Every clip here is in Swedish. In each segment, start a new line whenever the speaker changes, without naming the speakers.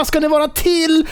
välkomna ska ni vara till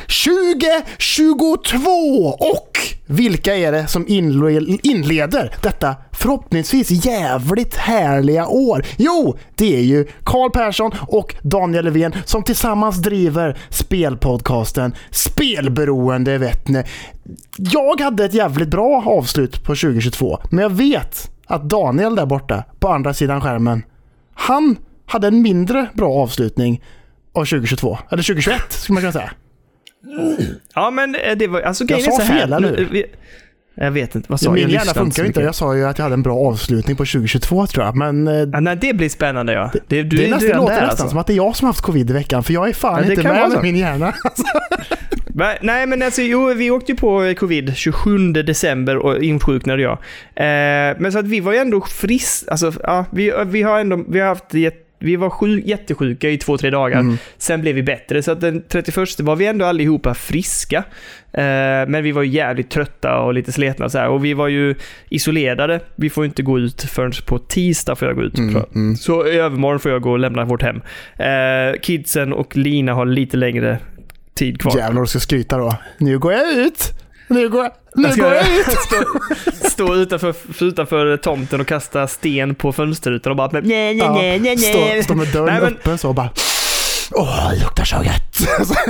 2022. Och vilka är det som inleder detta förhoppningsvis jävligt härliga år? Jo, det är ju Carl Persson och Daniel Löfven som tillsammans driver spelpodcasten Spelberoende, vet ni. Jag hade ett jävligt bra avslut på 2022, men jag vet att Daniel där borta på andra sidan skärmen, han hade en mindre bra avslutning av 2022, eller 2021 skulle man kunna säga.
Ja, men det var alltså
jag sa fel, eller?
Jag vet inte, vad sa jag?
Min hjärna funkar inte. Jag sa ju att jag hade en bra avslutning på 2022, tror jag. Men
nej, det blir spännande, ja.
Det låter nästan
alltså
som att det är jag som har haft covid i veckan, för jag är fan inte med min hjärna.
Nej, men alltså, jo, vi åkte ju på covid 27 december och insjuknade jag. Men så att vi var ju ändå friska. Alltså, ja, vi har haft vi var jättesjuka i 2-3 dagar. Sen blev vi bättre. Så att den 31 var vi ändå allihopa friska. Men vi var ju jävligt trötta och lite sletna. Så här. Och vi var ju isolerade. Vi får inte gå ut förrän på tisdag får jag gå ut. Så i övermorgon får jag gå och lämna vårt hem. Kidsen och Lina har lite längre tid kvar.
Jävlar, du ska skryta då. Nu går jag ut. Nu går jag ut.
Stå utanför tomten och kasta sten på fönsterrutan och bara nej.
Stå med dörren öppen så och bara det luktar så gött.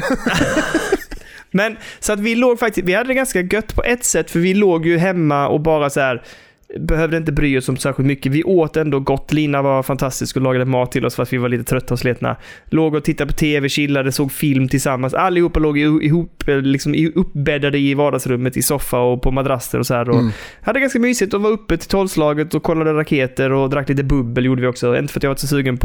Men så att vi hade det ganska gött på ett sätt, för vi låg ju hemma och bara så här behövde inte bry oss om särskilt mycket. Vi åt ändå gott. Lina var fantastisk och lagade mat till oss fast vi var lite trötta och sletna. Låg och tittade på tv, chillade, såg film tillsammans. Allihopa låg ihop liksom uppbäddade i vardagsrummet i soffa och på madrasser och så här. Och hade ganska mysigt och var uppe till 12-slaget och kollade raketer och drack lite bubbel gjorde vi också. Inte för att jag var så sugen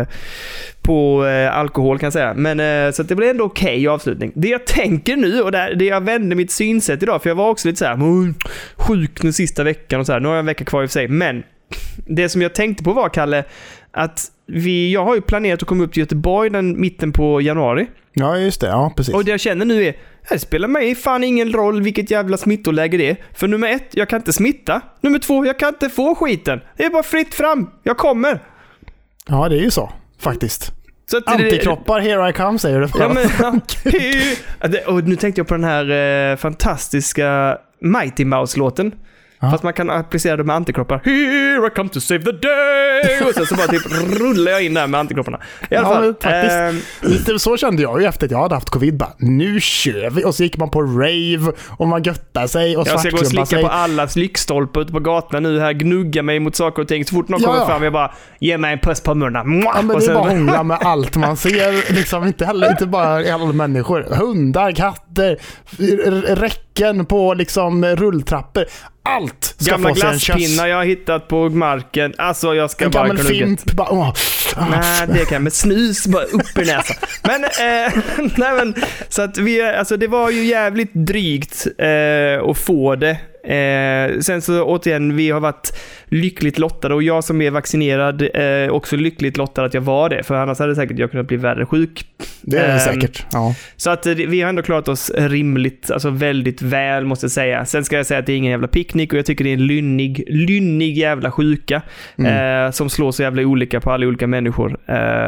på alkohol kan jag säga. Men så att det blev ändå okej avslutning. Det jag tänker nu och det jag vände mitt synsätt idag, för jag var också lite så här sjuk den sista veckan och så här. Nu har jag en vecka kvar i och för sig. Men det som jag tänkte på var, Kalle, att jag har ju planerat att komma upp till Göteborg mitten på januari.
Ja, just det. Ja, precis.
Och det jag känner nu är, det spelar mig fan ingen roll vilket jävla smittoläge det är. För nummer 1, jag kan inte smitta. Nummer 2, jag kan inte få skiten. Det är bara fritt fram. Jag kommer.
Ja, det är ju så, faktiskt.
Så att
antikroppar, here I come, säger du.
Ja, men, och nu tänkte jag på den här fantastiska Mighty Mouse-låten. Fast man kan applicera det med antikroppar. Here I come to save the day. Och så bara typ rullar jag in där med antikropparna. I alla fall.
Faktiskt, så kände jag ju efter att jag hade haft covid. Bara, nu kör vi. Och så gick man på rave och man göttar sig och
jag ska gå och slicka på alla lyktstolpar ute på gatan nu här. Gnugga mig mot saker och ting. Så fort någon kommer fram, jag bara ge mig en puss på munnen.
Ja, men det är bara hångla med allt man ser. Liksom, inte bara alla människor. Hundar, katter, räcken på liksom rulltrappor. Allt ska
gamla
få sig en
glasspinnar jag har hittat på marken. Alltså jag ska
en
bara
gammal fimp bara,
nej, det kan med snus bara upp i näsan. Men nej, men så att alltså det var ju jävligt drygt att få det. Sen så återigen, vi har varit lyckligt lottade och jag som är vaccinerad också lyckligt lottad att jag var det, för annars hade säkert jag kunnat bli värre sjuk.
Det är säkert, ja. Så
att vi har ändå klarat oss rimligt, alltså väldigt väl måste jag säga. Sen ska jag säga att det är ingen jävla picknick och jag tycker det är en lynnig jävla sjuka som slår så jävla olika på alla olika människor.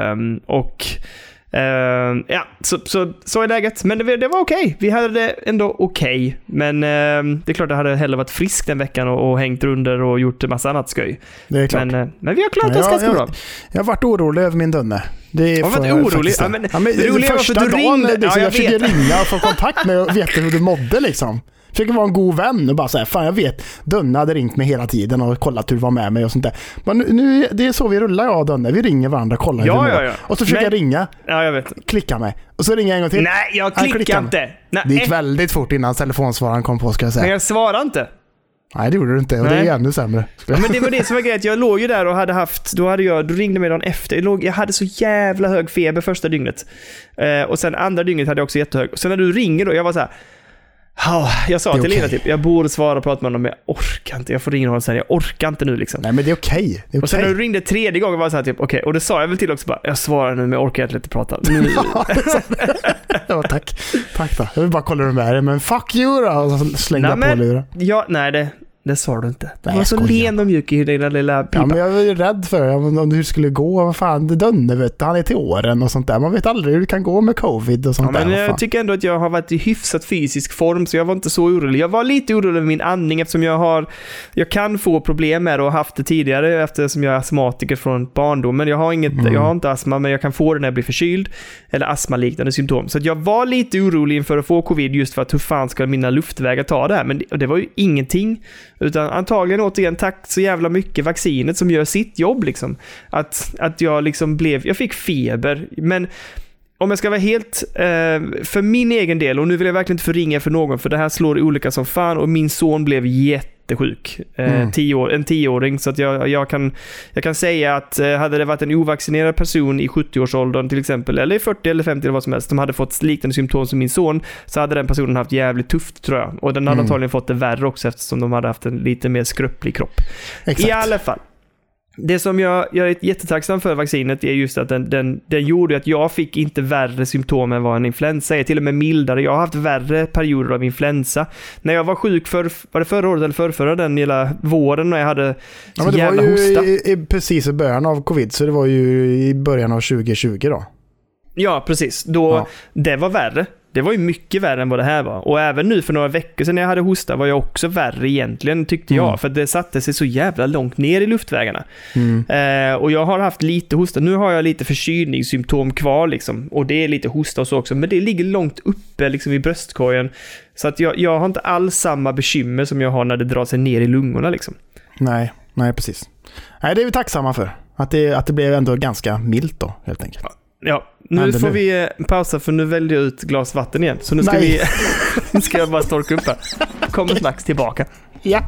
Ja, så är läget. Men det var okej. Vi hade det ändå okej. Men det är klart jag hade hellre varit frisk den veckan och hängt runder och gjort en massa annat skoj.
Det är klart.
Men vi har klarat oss ganska bra.
Jag har varit orolig över min dönne.
Jag har varit orolig.
Det roliga var att du ringde. Jag försökte ringa och få kontakt med och veta hur du mådde liksom. Försöker vara en god vän och bara säga, fan jag vet, Dönne hade ringt mig hela tiden och kollat hur du var med mig och sånt där. Men nu det är så vi rullar, jag och Dönne. Vi ringer varandra, kollar hur du mår. Och så försöker jag ringa.
Ja, jag vet.
Klicka mig. Och så ringer jag en gång till.
Nej, jag klickar inte. Nej.
Det gick väldigt fort innan telefonsvararen kom på, ska jag säga.
Men jag svarar inte.
Nej, det gjorde du inte. Och det är ännu sämre.
Ja, men det var det som var grejen. Jag låg ju där och hade haft... Då ringde mig dagen efter. Jag hade så jävla hög feber första dygnet. Och sen andra dygnet hade jag också jättehög. Och sen när du ringer då, jag var så här... jag sa till Lina typ, jag borde svara och prata med honom, men jag orkar inte. Jag får ringa honom sen, jag orkar inte nu liksom.
Nej, men det är okej.
Och sen när du ringde tredje gången var jag så här typ, okej. Och det sa jag väl till också bara, jag svarar nu men jag orkar inte prata.
Ja, tack då. Jag vill bara kolla hur det är, men fuck you då. Och slänga på luren.
Ja, nej Det sa du inte. Du
Nej,
var så len och mjuk i dina lilla pipa.
Ja, men jag var ju rädd för om det skulle gå. Vad fan, det dönne, vet du. Han är till åren och sånt där. Man vet aldrig hur det kan gå med covid och sånt där.
Men jag tycker ändå att jag har varit i hyfsat fysisk form, så jag var inte så orolig. Jag var lite orolig med min andning eftersom jag kan få problem med det och haft det tidigare eftersom jag är astmatiker från barndomen. Jag har inte astma, men jag kan få det när jag blir förkyld eller astmaliknande symptom. Så att jag var lite orolig inför att få covid just för att hur fan ska mina luftvägar ta det här? Men det var ju ingenting. Utan antagligen återigen tack så jävla mycket vaccinet som gör sitt jobb liksom. Att jag liksom jag fick feber. Men om jag ska vara helt för min egen del, och nu vill jag verkligen inte förringa för någon, för det här slår olika som fan, och min son blev jättesjuk. En 10-åring, så att jag kan säga att hade det varit en ovaccinerad person i 70-årsåldern till exempel, eller 40 eller 50 eller vad som helst, som hade fått liknande symptom som min son, så hade den personen haft jävligt tufft, tror jag. Och den hade antagligen fått det värre också eftersom de hade haft en lite mer skröplig kropp. Exakt. I alla fall. Det som jag är jättetacksam för vaccinet är just att den gjorde att jag fick inte värre symptom än vad en influensa är, till och med mildare. Jag har haft värre perioder av influensa. När jag var sjuk var det förra året eller förra den hela våren när jag hade så jävla hosta.
Det var ju precis i början av covid, så det var ju i början av 2020 då.
Ja, precis. Det var värre. Det var ju mycket värre än vad det här var. Och även nu för några veckor sedan när jag hade hosta var jag också värre egentligen, tyckte jag. För det satte sig så jävla långt ner i luftvägarna. Och jag har haft lite hosta. Nu har jag lite förkylningssymptom kvar liksom. Och det är lite hosta och så också. Men det ligger långt uppe liksom i bröstkorgen. Så att jag har inte alls samma bekymmer som jag har när det drar sig ner i lungorna liksom.
Nej, precis. Nej, det är vi tacksamma för. Att det blev ändå ganska milt då, helt enkelt.
Ja, nu får vi pausa för nu väljer jag ut glas vatten igen. Så nu ska nu ska jag bara storka upp här. Kommer strax tillbaka.
Ja.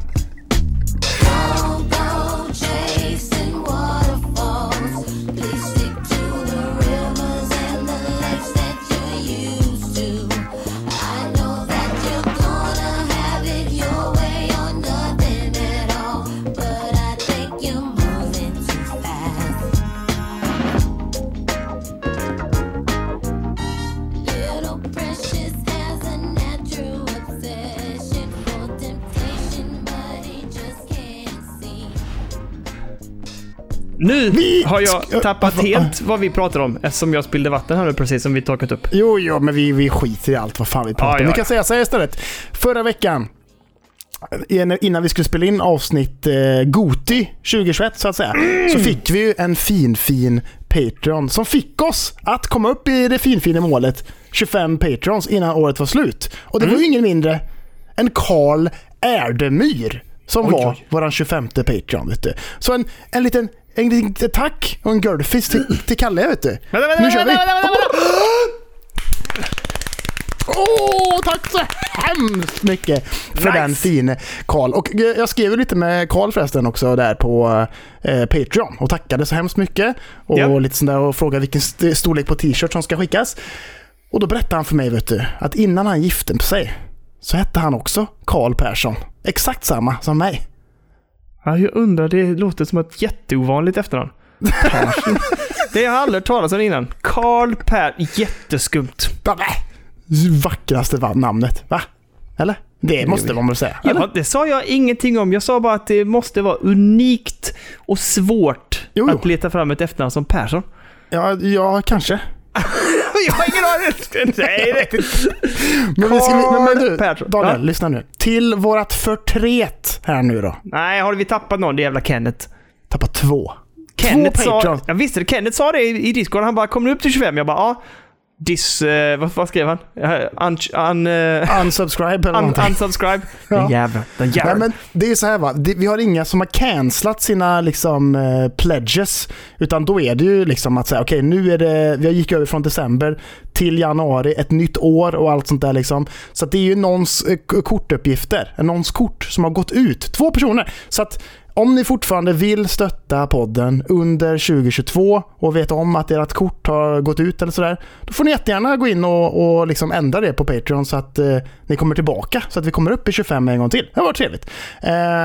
Nu har jag tappat helt vad vi pratar om, eftersom jag spillde vatten här nu precis som vi tagit upp.
Jo, men vi skiter i allt vad fan vi pratar om. Vi kan säga så här istället. Förra veckan, innan vi skulle spela in avsnitt Goti 2021 så att säga, så fick vi ju en fin Patreon som fick oss att komma upp i det finfina målet 25 Patrons innan året var slut. Och det var ju ingen mindre än Karl Ärdemyr som var våran 25:e Patreon, vet du. Så en liten tack och en girlfist till Kalle, vet du. Nu kör vi! Tack så hemskt mycket för den fina Karl. Och jag skrev lite med Karl förresten också där på Patreon och tackade så hemskt mycket och lite sådär och frågade vilken storlek på t-shirt som ska skickas. Och då berättade han för mig, vet du, att innan han gifte sig så hette han också Karl Persson. Exakt samma som mig.
Ja, jag undrar, det låter som ett jätteovanligt efternamn. Persson. Det har jag aldrig talat om innan. Karl Persson, jätteskumt.
Vackraste namnet, va? Eller? Det måste man väl säga.
Ja, det sa jag ingenting om. Jag sa bara att det måste vara unikt och svårt att leta fram ett efternamn som Persson.
Ja, kanske.
Jag har ingen aning. Nej,
men du, Daniel, lyssna nu. Till vårat förtret här nu då.
Nej, har vi tappat någon? Det jävla Kenneth.
Tappat 2.
Kenneth sa... Jag visste det. Kenneth sa det i Discord. Han bara, kommer du upp till 25? Jag bara, vad skrev han?
Unsubscribe eller någonting.
Unsubscribe. Den jävla.
Nej, men det är så här, va. Vi har inga som har cancelat sina liksom pledges, utan då är det ju liksom att säga okej, nu är det, vi gick över från december till januari, ett nytt år och allt sånt där liksom. Så att det är ju någons kortuppgifter, någons kort som har gått ut. 2 personer. Så att om ni fortfarande vill stötta podden under 2022 och vet om att ert kort har gått ut eller sådär, då får ni jättegärna gå in och liksom ändra det på Patreon så att ni kommer tillbaka, så att vi kommer upp i 25 en gång till. Det var trevligt.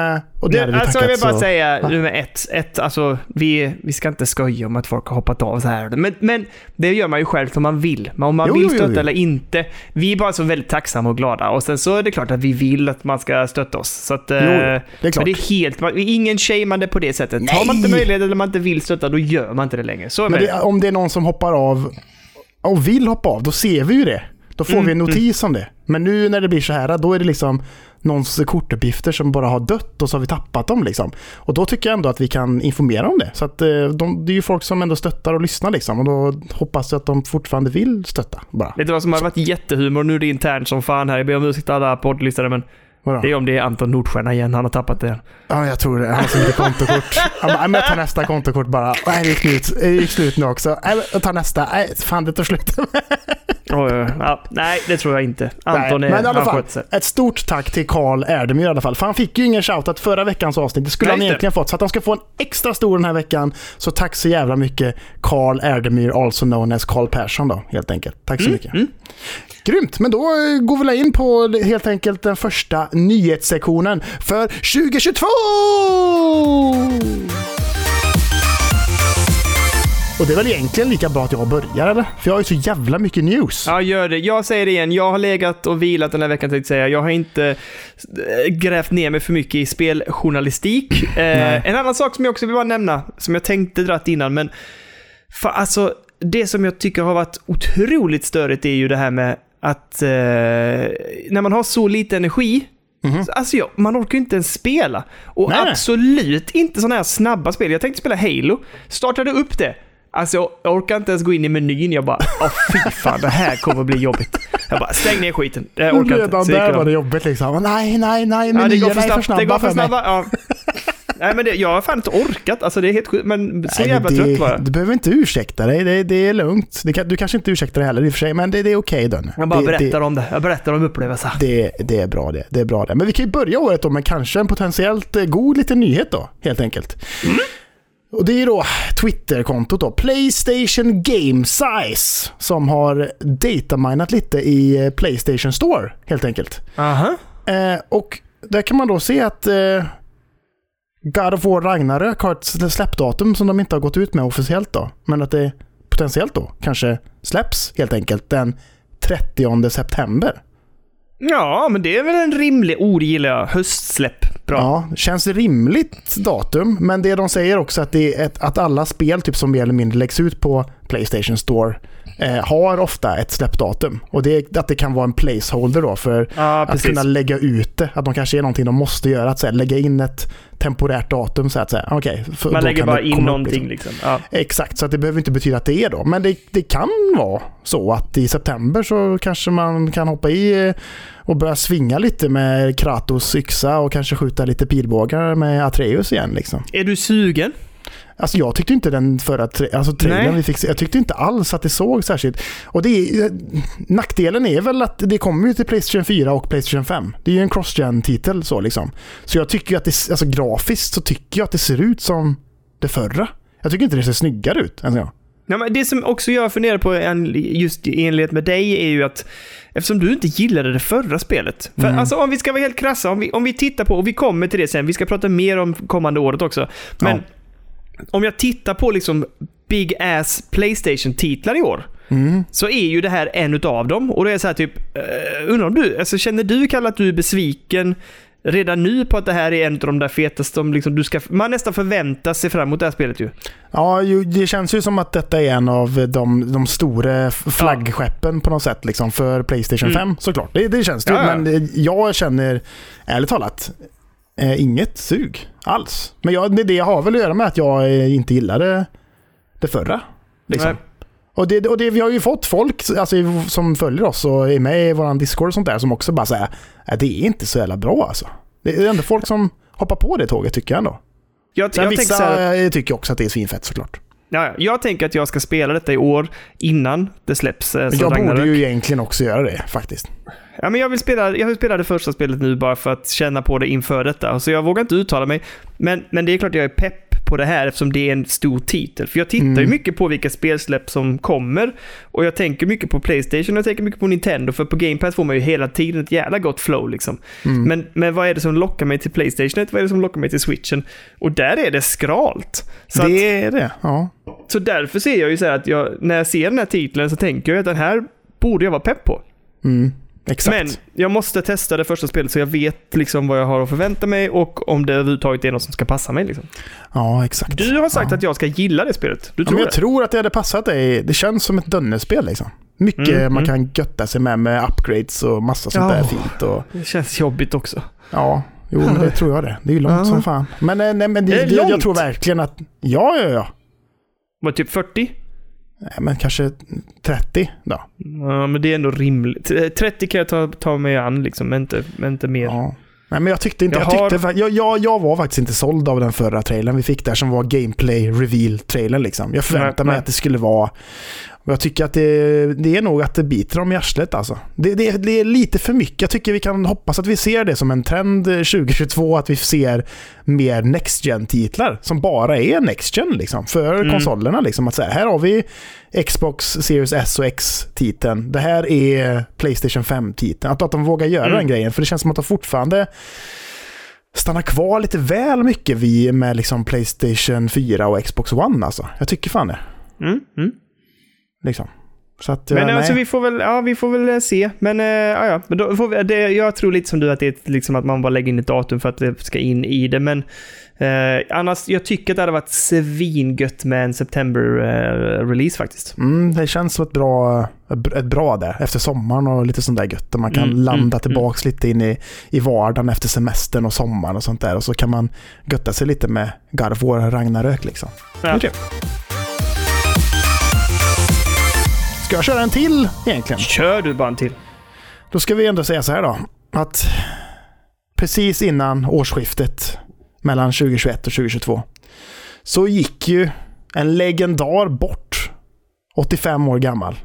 Och det hade vi
alltså
tackat,
jag vill bara
så...
säga nummer ett, alltså vi ska inte skoja om att folk har hoppat av så här. Men det gör man ju själv om man vill. Om man vill stötta eller inte. Vi är bara så väldigt tacksamma och glada. Och sen så är det klart att vi vill att man ska stötta oss. Så att,
det är klart.
Men det är helt, ingen shameande på det sättet.
Nej.
Har man inte möjlighet eller man inte vill stötta, då gör man inte det längre. Så
men om det är någon som hoppar av och vill hoppa av, då ser vi ju det. Då får vi en notis om det. Men nu när det blir så här, då är det liksom någons kortuppgifter som bara har dött och så har vi tappat dem liksom. Och då tycker jag ändå att vi kan informera om det. Så att det är ju folk som ändå stöttar och lyssnar liksom. Och då hoppas jag att de fortfarande vill stötta bara.
Det är vad som har varit jättehumor. Nu är det internt som fan här. Jag ber om ursäkt alla poddlyssare, men det är om det är Anton Nordstjärna igen. Han har tappat det.
Ja, jag tror det. Han har så mycket kontokort. Han bara, jag tar nästa kontokort bara. Nej, det gick slut nu också. Jag tar nästa. Nej, fan, det tar slut.
Nej, det tror jag inte. Anton är...
Men i alla fall, ett stort tack till Karl Erdemyr i alla fall. För han fick ju ingen shoutout förra veckans avsnitt. Det skulle han egentligen fått. Så att han ska få en extra stor den här veckan. Så tack så jävla mycket Karl Erdemyr, also known as Karl Persson då, helt enkelt. Tack så mycket. Grymt, men då går vi in på helt enkelt den första nyhetssektionen för 2022! Och det är väl egentligen lika bra att jag börjar, eller? För jag har ju så jävla mycket news.
Ja, gör det. Jag säger det igen. Jag har legat och vilat den här veckan, tänkte säga. Jag har inte grävt ner mig för mycket i speljournalistik. En annan sak som jag också vill bara nämna, som jag tänkte dra innan, men alltså, det som jag tycker har varit otroligt störigt är ju det här med att när man har så lite energi, alltså man orkar ju inte ens spela. Och absolut inte sådana här snabba spel. Jag tänkte spela Halo. Startade upp det. Alltså jag orkar inte ens gå in i menyn. Jag bara, fy fan, det här kommer att bli jobbigt. Jag bara, stäng ner skiten. Jag orkar inte.
Där var det jobbigt liksom. Nej, menyerna
det går för
är för snabba.
Det går för snabba, ja. Nej, men jag har fan inte orkat. Alltså det är helt sjukt, men så jävla trött bara.
Du behöver inte ursäkta dig, det är lugnt. Du kanske inte ursäktar dig heller i och för sig, men det är okej då.
Jag bara berättar om det. Jag berättar om upplevelser.
Det är bra det. Det är bra det. Men vi kan ju börja året då med kanske en potentiellt god liten nyhet då, helt enkelt. Och det är då Twitter-kontot då, PlayStation Game Size, som har dataminat lite i PlayStation Store, helt enkelt. Och där kan man då se att God of War Ragnarök har ett släppdatum som de inte har gått ut med officiellt då, men att det potentiellt då kanske släpps helt enkelt den 30 september. Ja,
men det är väl en rimlig ogillig höstsläpp. Bra.
Ja, känns rimligt datum, men det de säger också att det är att alla spel typ som mer eller mindre läggs ut på PlayStation Store har ofta ett släppdatum. Och det att det kan vara en placeholder då för att kunna lägga ut det. Att de kanske är någonting de måste göra, att lägga in ett temporärt datum så att säga.
Man lägger bara in någonting liksom. Ja.
Exakt, så att det behöver inte betyda att det är då. Men det kan vara så att i september så kanske man kan hoppa i och börja svinga lite med Kratos yxa och kanske skjuta lite pilbågar med Atreus igen liksom.
Är du sugen?
Alltså jag tyckte inte den förra trailern vi fick se, jag tyckte inte alls att det såg särskilt. Och nackdelen är väl att det kommer ju till PlayStation 4 och PlayStation 5. Det är ju en cross-gen-titel så liksom. Så jag tycker att det, alltså grafiskt så tycker jag att det ser ut som det förra. Jag tycker inte det ser snyggare ut än jag.
Ja, men det som också jag funderar på just i enlighet med dig är ju att eftersom du inte gillade det förra spelet. För alltså om vi ska vara helt krassa, om vi tittar på, och vi kommer till det sen, vi ska prata mer om kommande året också. Men om jag tittar på liksom big ass PlayStation-titlar i år, så är ju det här en utav dem. Och det är så här typ, undrar om du, alltså känner du, Kalle, att du är besviken redan nu på att det här är en av de där fetaste, liksom man nästan förväntar sig fram emot det här spelet ju. Ja,
det känns ju som att detta är en av de stora flaggskeppen på något sätt liksom för PlayStation 5 såklart. Det känns det, men jag känner ärligt talat inget sug alls. Men det har väl att göra med att jag inte gillade det förra liksom. Och det vi har ju fått folk alltså, som följer oss och är med i våran Discord och sånt där som också bara säger att det är inte så jävla bra alltså. Det är ändå folk som hoppar på det tåget tycker jag ändå. Vissa tycker också att det är svinfett såklart.
Ja, jag tänker att jag ska spela detta i år innan det släpps.
Men jag borde ju egentligen också göra det faktiskt.
Ja, men jag vill spela det första spelet nu bara för att känna på det inför detta. Så jag vågar inte uttala mig. Men det är klart att jag är pepp på det här eftersom det är en stor titel. För jag tittar ju mycket på vilka spelsläpp som kommer och jag tänker mycket på PlayStation och jag tänker mycket på Nintendo, för på Game Pass får man ju hela tiden ett jävla gott flow liksom. Men vad är det som lockar mig till PlayStation? Vad är det som lockar mig till Switchen? Och där är det skralt. Så
det är det, ja. Så
därför ser jag ju så här att när jag ser den här titeln så tänker jag att den här borde jag vara pepp på.
Exakt.
Men jag måste testa det första spelet så jag vet liksom vad jag har att förvänta mig och om det överhuvudtaget är något som ska passa mig liksom.
Ja, exakt.
Du har sagt att jag ska gilla det spelet. Du tror
jag tror att det hade passat dig. Det känns som ett dönnespel liksom. Mycket man kan götta sig med upgrades och massa sånt där fint. Och...
Det känns jobbigt också.
Ja, jo, men det tror jag det. Det är ju långt som fan. Men, nej, men jag tror verkligen att... Ja.
Vad, typ 40?
Nej, men kanske 30 då.
Ja, men det är ändå rimligt. 30 kan jag ta mig an liksom, men inte mer.
Ja. Nej, men jag tyckte inte... Jag var faktiskt inte såld av den förra trailern vi fick där som var gameplay reveal-trailern liksom. Jag förväntade mig att det skulle vara... Och jag tycker att det är nog att det biter om i arslet alltså. Det är lite för mycket. Jag tycker vi kan hoppas att vi ser det som en trend 2022, att vi ser mer next-gen-titlar som bara är next-gen liksom, för konsolerna liksom. Att säga, här har vi Xbox Series S och X-titeln. Det här är PlayStation 5-titeln. Att de vågar göra den grejen, för det känns som att de fortfarande stannar kvar lite väl mycket med liksom PlayStation 4 och Xbox One alltså. Jag tycker fan det. Liksom. Så att, men alltså, vi får väl se. Men men då får jag tror lite som du att det är liksom att man bara lägger in ett datum för att det ska in i det, men annars, jag tycker att det hade varit svingött med en September-release faktiskt. Det känns som ett bra där efter sommaren och lite sånt där gött där man kan landa tillbaks lite in i vardagen efter semestern och sommaren och sånt där, och så kan man götta sig lite med God of War Ragnarök liksom.
Ja.
Okay. Ska jag köra en till egentligen?
Kör du bara en till.
Då ska vi ändå säga så här då, att precis innan årsskiftet mellan 2021 och 2022 så gick ju en legendar bort, 85 år gammal.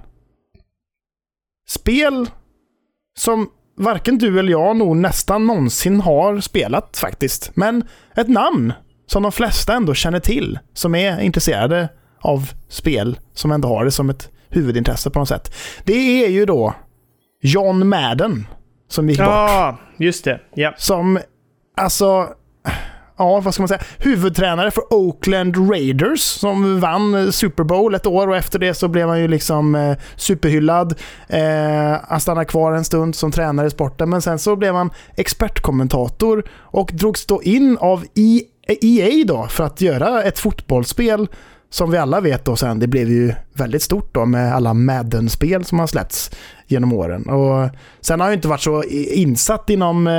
Spel som varken du eller jag nog nästan någonsin har spelat faktiskt, men ett namn som de flesta ändå känner till, som är intresserade av spel, som ändå har det som ett huvudintresse på något sätt. Det är ju då John Madden som gick bort.
Ja, just det. Ja.
Som, alltså, vad ska man säga? Huvudtränare för Oakland Raiders som vann Super Bowl ett år, och efter det så blev han ju liksom superhyllad. Han stannade kvar en stund som tränare i sporten, men sen så blev han expertkommentator och drogs då in av EA då för att göra ett fotbollsspel som vi alla vet då sen. Det blev ju väldigt stort då med alla Madden-spel som har släppts genom åren. Och sen har han ju inte varit så insatt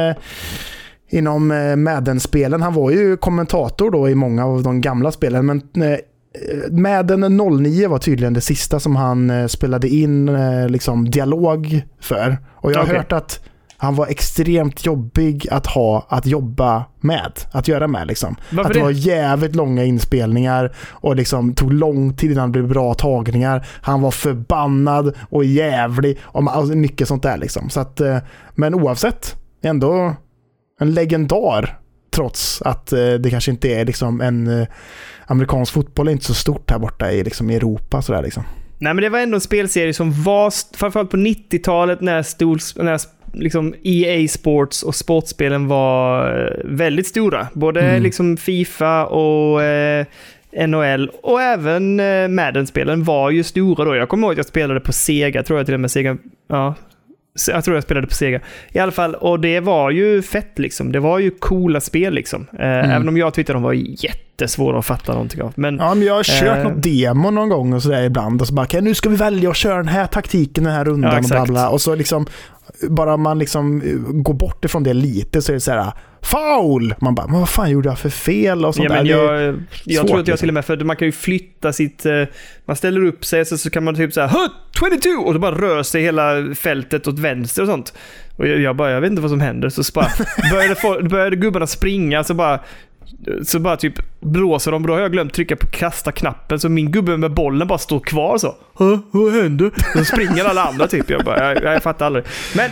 inom Madden-spelen. Han var ju kommentator då i många av de gamla spelen, men Madden 09 var tydligen det sista som han spelade in liksom dialog för. Och jag har hört att han var extremt jobbig att jobba med, att göra med liksom.
Varför
att det var jävligt långa inspelningar och liksom tog lång tid innan det blev bra tagningar. Han var förbannad och jävlig och mycket sånt där liksom. Så att, men oavsett, ändå en legendar, trots att det kanske inte är liksom en amerikansk fotboll är inte så stort här borta i liksom Europa så där liksom.
Nej, men det var ändå en spelserie som var framförallt på 90-talet när liksom EA Sports och sportspelen var väldigt stora. Både liksom FIFA och NHL och även Madden-spelen var ju stora då. Jag kommer ihåg att jag spelade på Sega, tror jag till och med Sega. Ja, jag tror jag spelade på Sega. I alla fall, och det var ju fett liksom. Det var ju coola spel liksom. Även om jag tyckte de var jättesvåra att fatta någonting av. Men,
ja, men jag har kört något demo någon gång och sådär ibland och så bara, okay, nu ska vi välja att köra den här taktiken, den här rundan och bla bla. Och så liksom, bara man liksom går bort ifrån det lite så är det så här foul! Man bara, men vad fan gjorde jag för fel? Och sånt där. Men
jag tror att jag till och med, för man kan ju flytta sitt, man ställer upp sig så kan man typ så här 22! Och så bara rör sig hela fältet åt vänster och sånt. Och jag vet inte vad som händer. Så bara började gubbarna springa, så bara typ blåser de. Då har jag glömt trycka på kasta-knappen, så min gubbe med bollen bara står kvar så. Vad händer? Då springer alla andra typ. Jag fattar aldrig.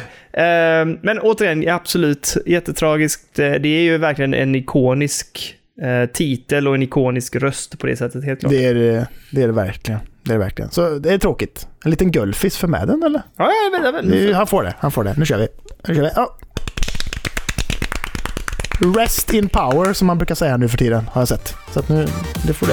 Men återigen, absolut jättetragiskt. Det är ju verkligen en ikonisk titel och en ikonisk röst på det sättet, helt klart.
Det är det verkligen. Det är det verkligen. Så det är tråkigt. En liten guldfisk för Madden, eller?
Ja, jag vet.
Han får det. Nu kör vi. Ja. Rest in power, som man brukar säga nu för tiden, har jag sett. Så att nu, det får det.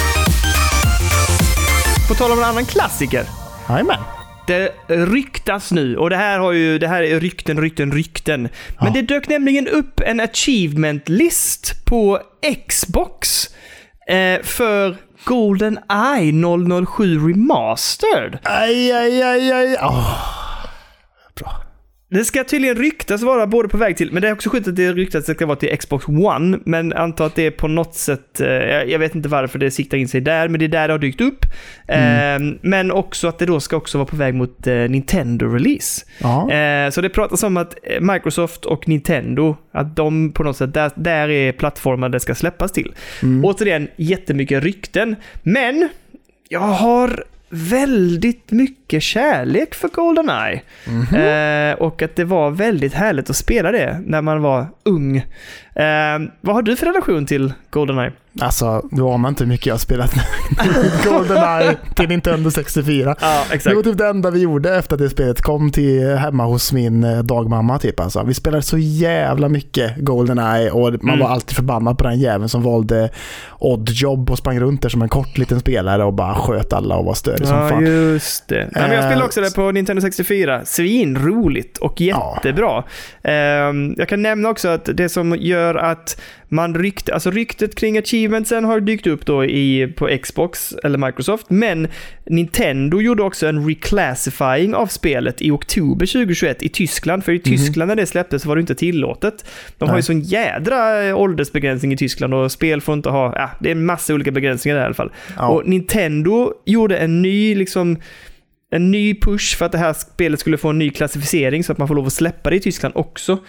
På tal om en annan klassiker.
Jajamän.
Det ryktas nu, och det här är rykten. Men det dök nämligen upp en achievement-list på Xbox för GoldenEye 007 Remastered.
Aj. Bra.
Det ska tydligen ryktas vara både på väg till, men det är också sjukt att det ryktas att det ska vara till Xbox One, men antar att det är på något sätt, jag vet inte varför det siktar in sig där, men det är där det har dykt upp. Men också att det då ska också vara på väg mot Nintendo-release. Så det pratas om att Microsoft och Nintendo, att de på något sätt, där är plattformar det ska släppas till. Återigen, jättemycket rykten, men jag har väldigt mycket kärlek för GoldenEye. Och att det var väldigt härligt att spela det när man var ung. Vad har du för relation till GoldenEye?
Alltså, då har man inte mycket jag har spelat GoldenEye till Nintendo 64.
Ja, exakt.
Det var typ det enda vi gjorde efter att det spelet kom till hemma hos min dagmamma typ. Alltså. Vi spelade så jävla mycket GoldenEye och man var alltid förbannad på den jäveln som valde Oddjob och sprang runt där som en kort liten spelare och bara sköt alla och var störig som fan.
Just det. Men jag spelade också det på Nintendo 64. Svinroligt och jättebra. Jag kan nämna också att det som gör att ryktet kring achievementsen har dykt upp då på Xbox eller Microsoft, men Nintendo gjorde också en reclassifying av spelet i oktober 2021 i Tyskland, för i Tyskland när det släpptes var det inte tillåtet. De har ju sån jädra åldersbegränsning i Tyskland och spel får inte ha, det är en massa olika begränsningar där i alla fall. Och Nintendo gjorde en ny push för att det här spelet skulle få en ny klassificering så att man får lov att släppa det i Tyskland också.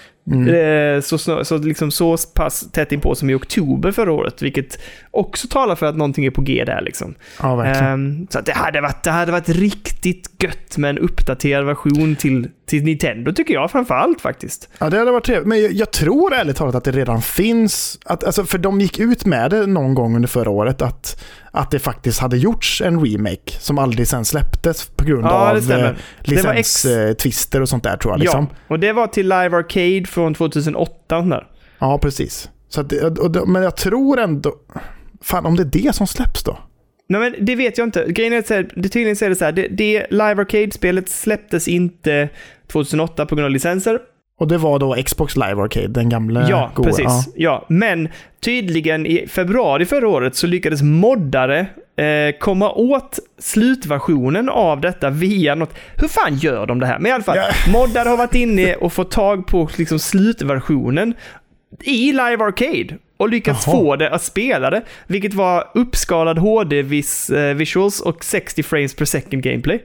Så pass tätt in på som i oktober förra året, vilket också talar för att någonting är på G där liksom.
Ja, verkligen.
Så att det hade varit riktigt gött med en uppdaterad version till Nintendo, tycker jag framförallt faktiskt.
Ja, det hade varit trevligt. Men jag tror ärligt talat att det redan finns, för de gick ut med det någon gång under förra året att det faktiskt hade gjorts en remake som aldrig sen släpptes på grund av licenstvister och sånt där, tror jag. Liksom.
Ja, och det var till Live Arcade från 2008. Där.
Ja, precis. Så att, men jag tror ändå... Fan, om det är det som släpps då?
Nej, men det vet jag inte. Grejen är att det tydligen säger det så här. Det Live Arcade-spelet släpptes inte 2008 på grund av licenser. Och
det var då Xbox Live Arcade, den gamla
goa. Precis. Ja, men tydligen i februari förra året så lyckades moddare komma åt slutversionen av detta via något. Hur fan gör de det här? Men i alla fall, moddare har varit inne och fått tag på liksom slutversionen i Live Arcade och lyckats få det att spela det, vilket var uppskalad HD visuals och 60 frames per second gameplay.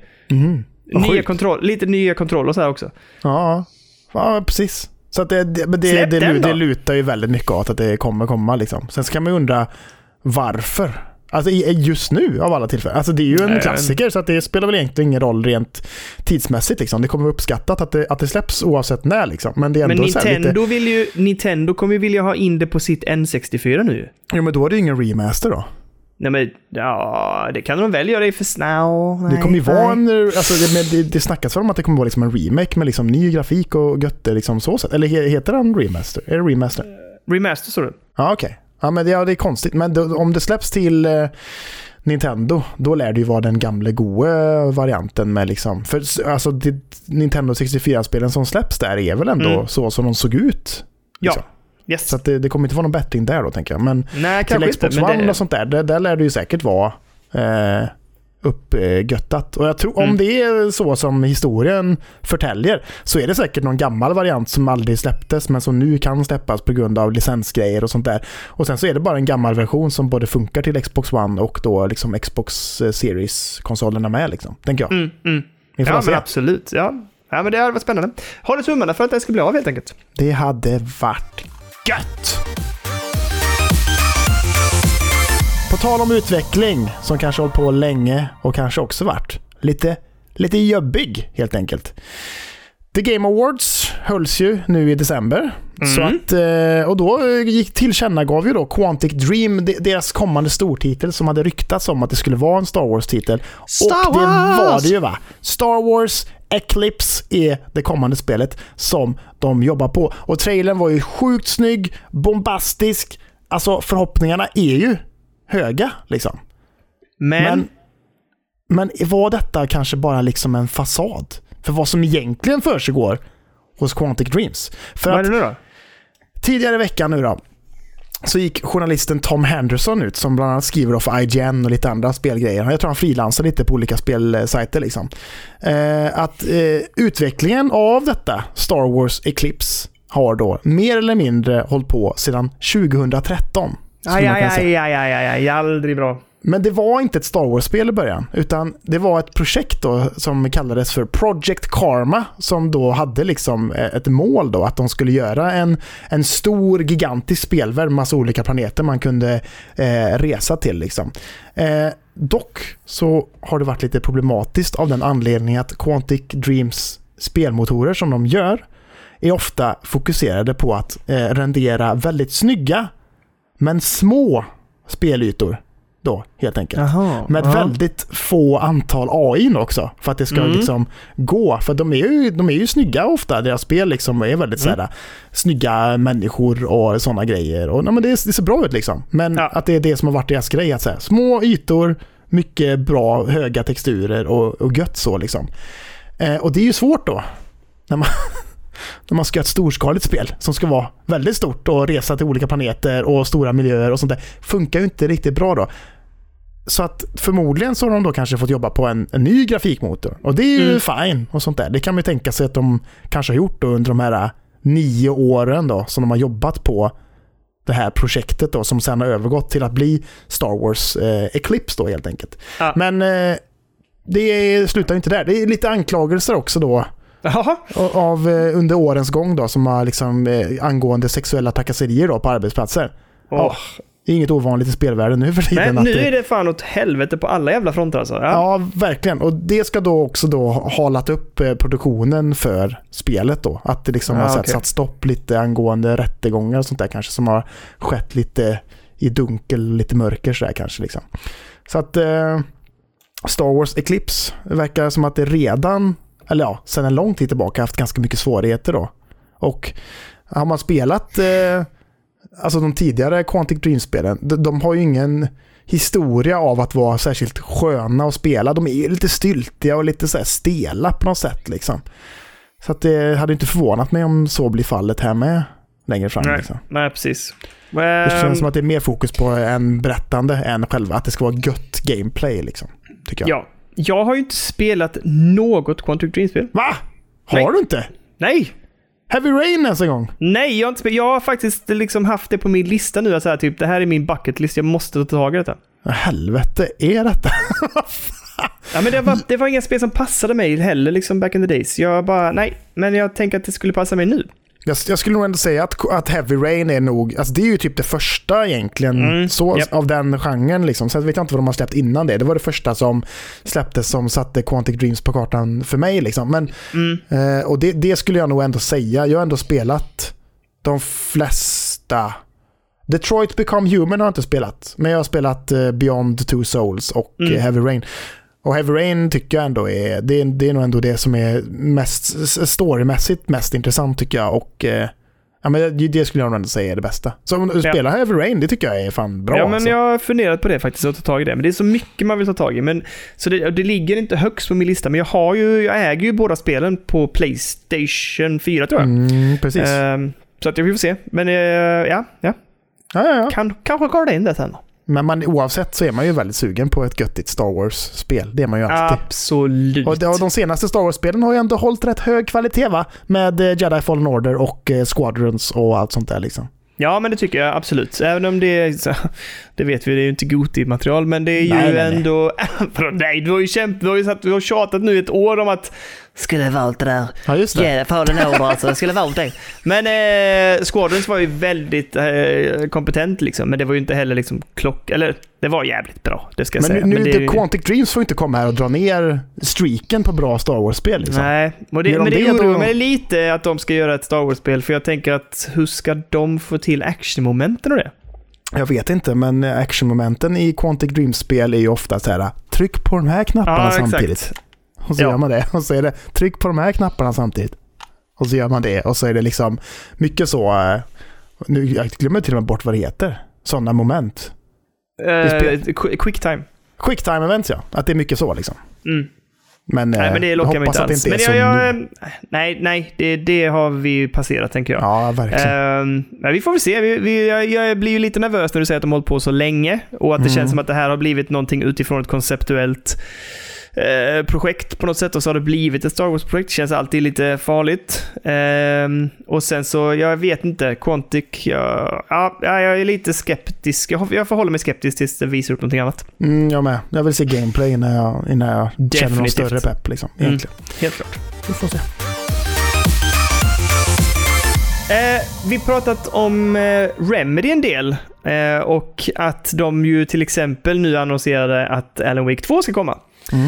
Lite nya kontroller så här också.
Ja, precis. Så att det lutar ju väldigt mycket åt att det kommer komma liksom. Sen så kan man ju undra varför. Alltså just nu av alla tillfällen. Alltså det är ju en klassiker, så att det spelar väl egentligen ingen roll rent tidsmässigt liksom. Det kommer uppskattat att det släpps oavsett när liksom. Men det är ändå
Nintendo kommer ju vilja ha in det på sitt N64 nu.
Ja, men då är det ju ingen remaster då.
Nej, men det kan de väl göra i för snow.
Det kommer ju vara det snackas väl om att det kommer vara liksom en remake med liksom ny grafik och götter liksom så sätt. Eller heter den remaster? Är det remaster?
Remaster, så du.
Ja, okej. Ja, men det är konstigt. Men om det släpps till Nintendo, då lär det ju vara den gamla goa varianten med liksom... För alltså Nintendo 64-spelen som släpps där är väl ändå så som de såg ut. Liksom.
Ja. Yes.
Så att det kommer inte vara någon bättring där då, tänker jag. Men
nej,
till Xbox One och sånt där lär det ju säkert vara uppgöttat. Och jag tror om det är så som historien förtäljer, så är det säkert någon gammal variant som aldrig släpptes men som nu kan släppas på grund av licensgrejer och sånt där. Och sen så är det bara en gammal version som både funkar till Xbox One och då liksom Xbox Series-konsolerna med liksom, tänker jag.
Ja, men absolut. Ja, men det hade varit spännande. Håller tummarna för att det ska bli av helt enkelt.
Det hade varit gött! På tal om utveckling som kanske hållit på länge och kanske också varit lite jobbig helt enkelt. The Game Awards hölls ju nu i december. Så att, och då tillkännagav ju då Quantic Dream deras kommande stortitel som hade ryktats om att det skulle vara en Star Wars-titel. Och det var det ju, va? Star Wars Eclipse är det kommande spelet som de jobbar på. Och trailern var ju sjukt snygg, bombastisk. Alltså förhoppningarna är ju höga liksom. Men var detta kanske bara liksom en fasad för vad som egentligen försiggår hos Quantic Dreams? För
vad är det nu då?
Tidigare i veckan nu då så gick journalisten Tom Henderson ut som bland annat skriver för IGN och lite andra spelgrejer. Jag tror han frilansar lite på olika spelsajter liksom. Att utvecklingen av detta Star Wars Eclipse har då mer eller mindre hållit på sedan 2013.
Aj, aldrig bra.
Men det var inte ett Star Wars-spel i början, utan det var ett projekt då som kallades för Project Karma, som då hade liksom ett mål då att de skulle göra en stor, gigantisk spelvärld med massa olika planeter man kunde resa till liksom. Dock så har det varit lite problematiskt av den anledningen att Quantic Dreams spelmotorer som de gör är ofta fokuserade på att rendera väldigt snygga men små spelytor då, helt enkelt. Med väldigt få antal AI också, för att det ska liksom gå, för de är ju snygga ofta, deras spel liksom är väldigt sådär snygga människor och sådana grejer, och men det ser bra ut liksom, men att det är det som har varit deras grej, att säga små ytor, mycket bra, höga texturer och gött så liksom. Och det är ju svårt då när man ska göra ett storskaligt spel som ska vara väldigt stort och resa till olika planeter och stora miljöer och sånt där. Funkar ju inte riktigt bra då. Så att förmodligen så har de då kanske fått jobba på en ny grafikmotor. Och det är ju fine och sånt där. Det kan man ju tänka sig att de kanske har gjort då under de här 9 åren då som de har jobbat på det här projektet då, som sen har övergått till att bli Star Wars Eclipse då helt enkelt. Men det slutar inte där. Det är lite anklagelser också då av under årens gång då, som har liksom angående sexuella trakasserier då på arbetsplatser. Det är inget ovanligt i spelvärlden nu för tiden.
Men nu är det fan åt helvete på alla jävla fronter alltså.
Ja, verkligen. Och det ska då också då halat upp produktionen för spelet då. Att det liksom har satt stopp lite angående rättegångar och sånt där kanske, som har skett lite i dunkel, lite mörker så där kanske liksom. Så att Star Wars Eclipse verkar som att det redan, eller sedan en lång tid tillbaka haft ganska mycket svårigheter då. Och har man spelat alltså de tidigare Quantic Dream-spelen, de har ju ingen historia av att vara särskilt sköna att spela. De är ju lite styltiga och lite så här stela på något sätt liksom. Så att det hade inte förvånat mig om så blir fallet här med längre fram.
Nej, precis.
Det känns som att det är mer fokus på en berättande än själva att det ska vara gött gameplay liksom, tycker jag.
Ja, jag har ju inte spelat något Quantic Dream-spel.
Va? Har du inte?
Nej.
Heavy Rain ens en gång? Nej,
jag har inte spelat. Jag har faktiskt liksom haft det på min lista nu. Så här, typ, det här är min bucket list. Jag måste ta tag i detta.
Vad helvete är detta?
Ja, men det var inga spel som passade mig heller liksom back in the days. Jag bara, nej. Men jag tänker att det skulle passa mig nu.
Jag skulle nog ändå säga att Heavy Rain är nog, alltså det är ju typ det första egentligen av den genren liksom. Sen vet jag inte vad de har släppt innan det. Det var det första som släpptes som satte Quantic Dreams på kartan för mig liksom. Men och det skulle jag nog ändå säga. Jag har ändå spelat de flesta. Detroit Become Human har jag inte spelat, men jag har spelat Beyond Two Souls och Heavy Rain. Och Heavy Rain tycker jag ändå det är nog ändå det som är mest storymässigt mest intressant tycker jag, och ja, men det skulle jag nog ändå säga är det bästa. Så om du spelar Heavy Rain, det tycker jag är fan bra.
Ja, men jag har funderat på det faktiskt, att ta tag i det. Men det är så mycket man vill ta tag i. Men, så det ligger inte högst på min lista, men jag äger ju båda spelen på PlayStation 4 tror jag.
Precis.
Så att jag får se. Men ja. Kanske går det in det sen.
Men oavsett så är man ju väldigt sugen på ett göttigt Star Wars-spel. Det är man ju alltid.
Absolut.
Och de senaste Star Wars-spelen har ju ändå hållit rätt hög kvalitet, va? Med Jedi Fallen Order och Squadrons och allt sånt där liksom. Ja, men det tycker jag absolut. Även om det vet vi, det är ju inte GOTY-material, men det är ju ändå... Nej, du har ju tjatat nu ett år om att
skulle valt det där.
Ja, just det.
Yeah, för den order alltså. Skulle valt det. Men Squadrons var ju väldigt kompetent liksom. Men det var ju inte heller liksom eller det var jävligt bra, det ska jag säga.
Men nu Quantic Dreams får inte komma här och dra ner streaken på bra Star Wars-spel liksom.
Nej, men det oroar mig lite att de ska göra ett Star Wars-spel. För jag tänker att hur ska de få till actionmomenten och det?
Jag vet inte, men actionmomenten i Quantic Dreams-spel är ju ofta så här: tryck på de här knapparna samtidigt. Exakt. Och så gör man det. Och så är det tryck på de här knapparna samtidigt. Och så gör man det. Och så är det liksom mycket så... Nu, jag glömmer till och med bort vad det heter. Sådana moment.
Quick time.
Quick time events, ja. Att det är mycket så liksom.
Mm.
Men
det lockar mig inte alls. Nej, det har vi passerat, tänker jag.
Ja, verkligen.
Men vi får väl se. Jag blir ju lite nervös när du säger att de har hållit på så länge. Och att det känns som att det här har blivit någonting utifrån ett konceptuellt projekt på något sätt, och så har det blivit ett Star Wars-projekt. Det känns alltid lite farligt. Och sen så, jag vet inte, Quantic, jag är lite skeptisk. Jag förhåller mig skeptisk tills det visar upp någonting annat.
Jag med. Jag vill se gameplay innan jag känner någon större pepp liksom, egentligen.
Helt klart.
Vi får se.
Vi pratat om Remedy en del, och att de ju till exempel nu annonserade att Alan Wake 2 ska komma.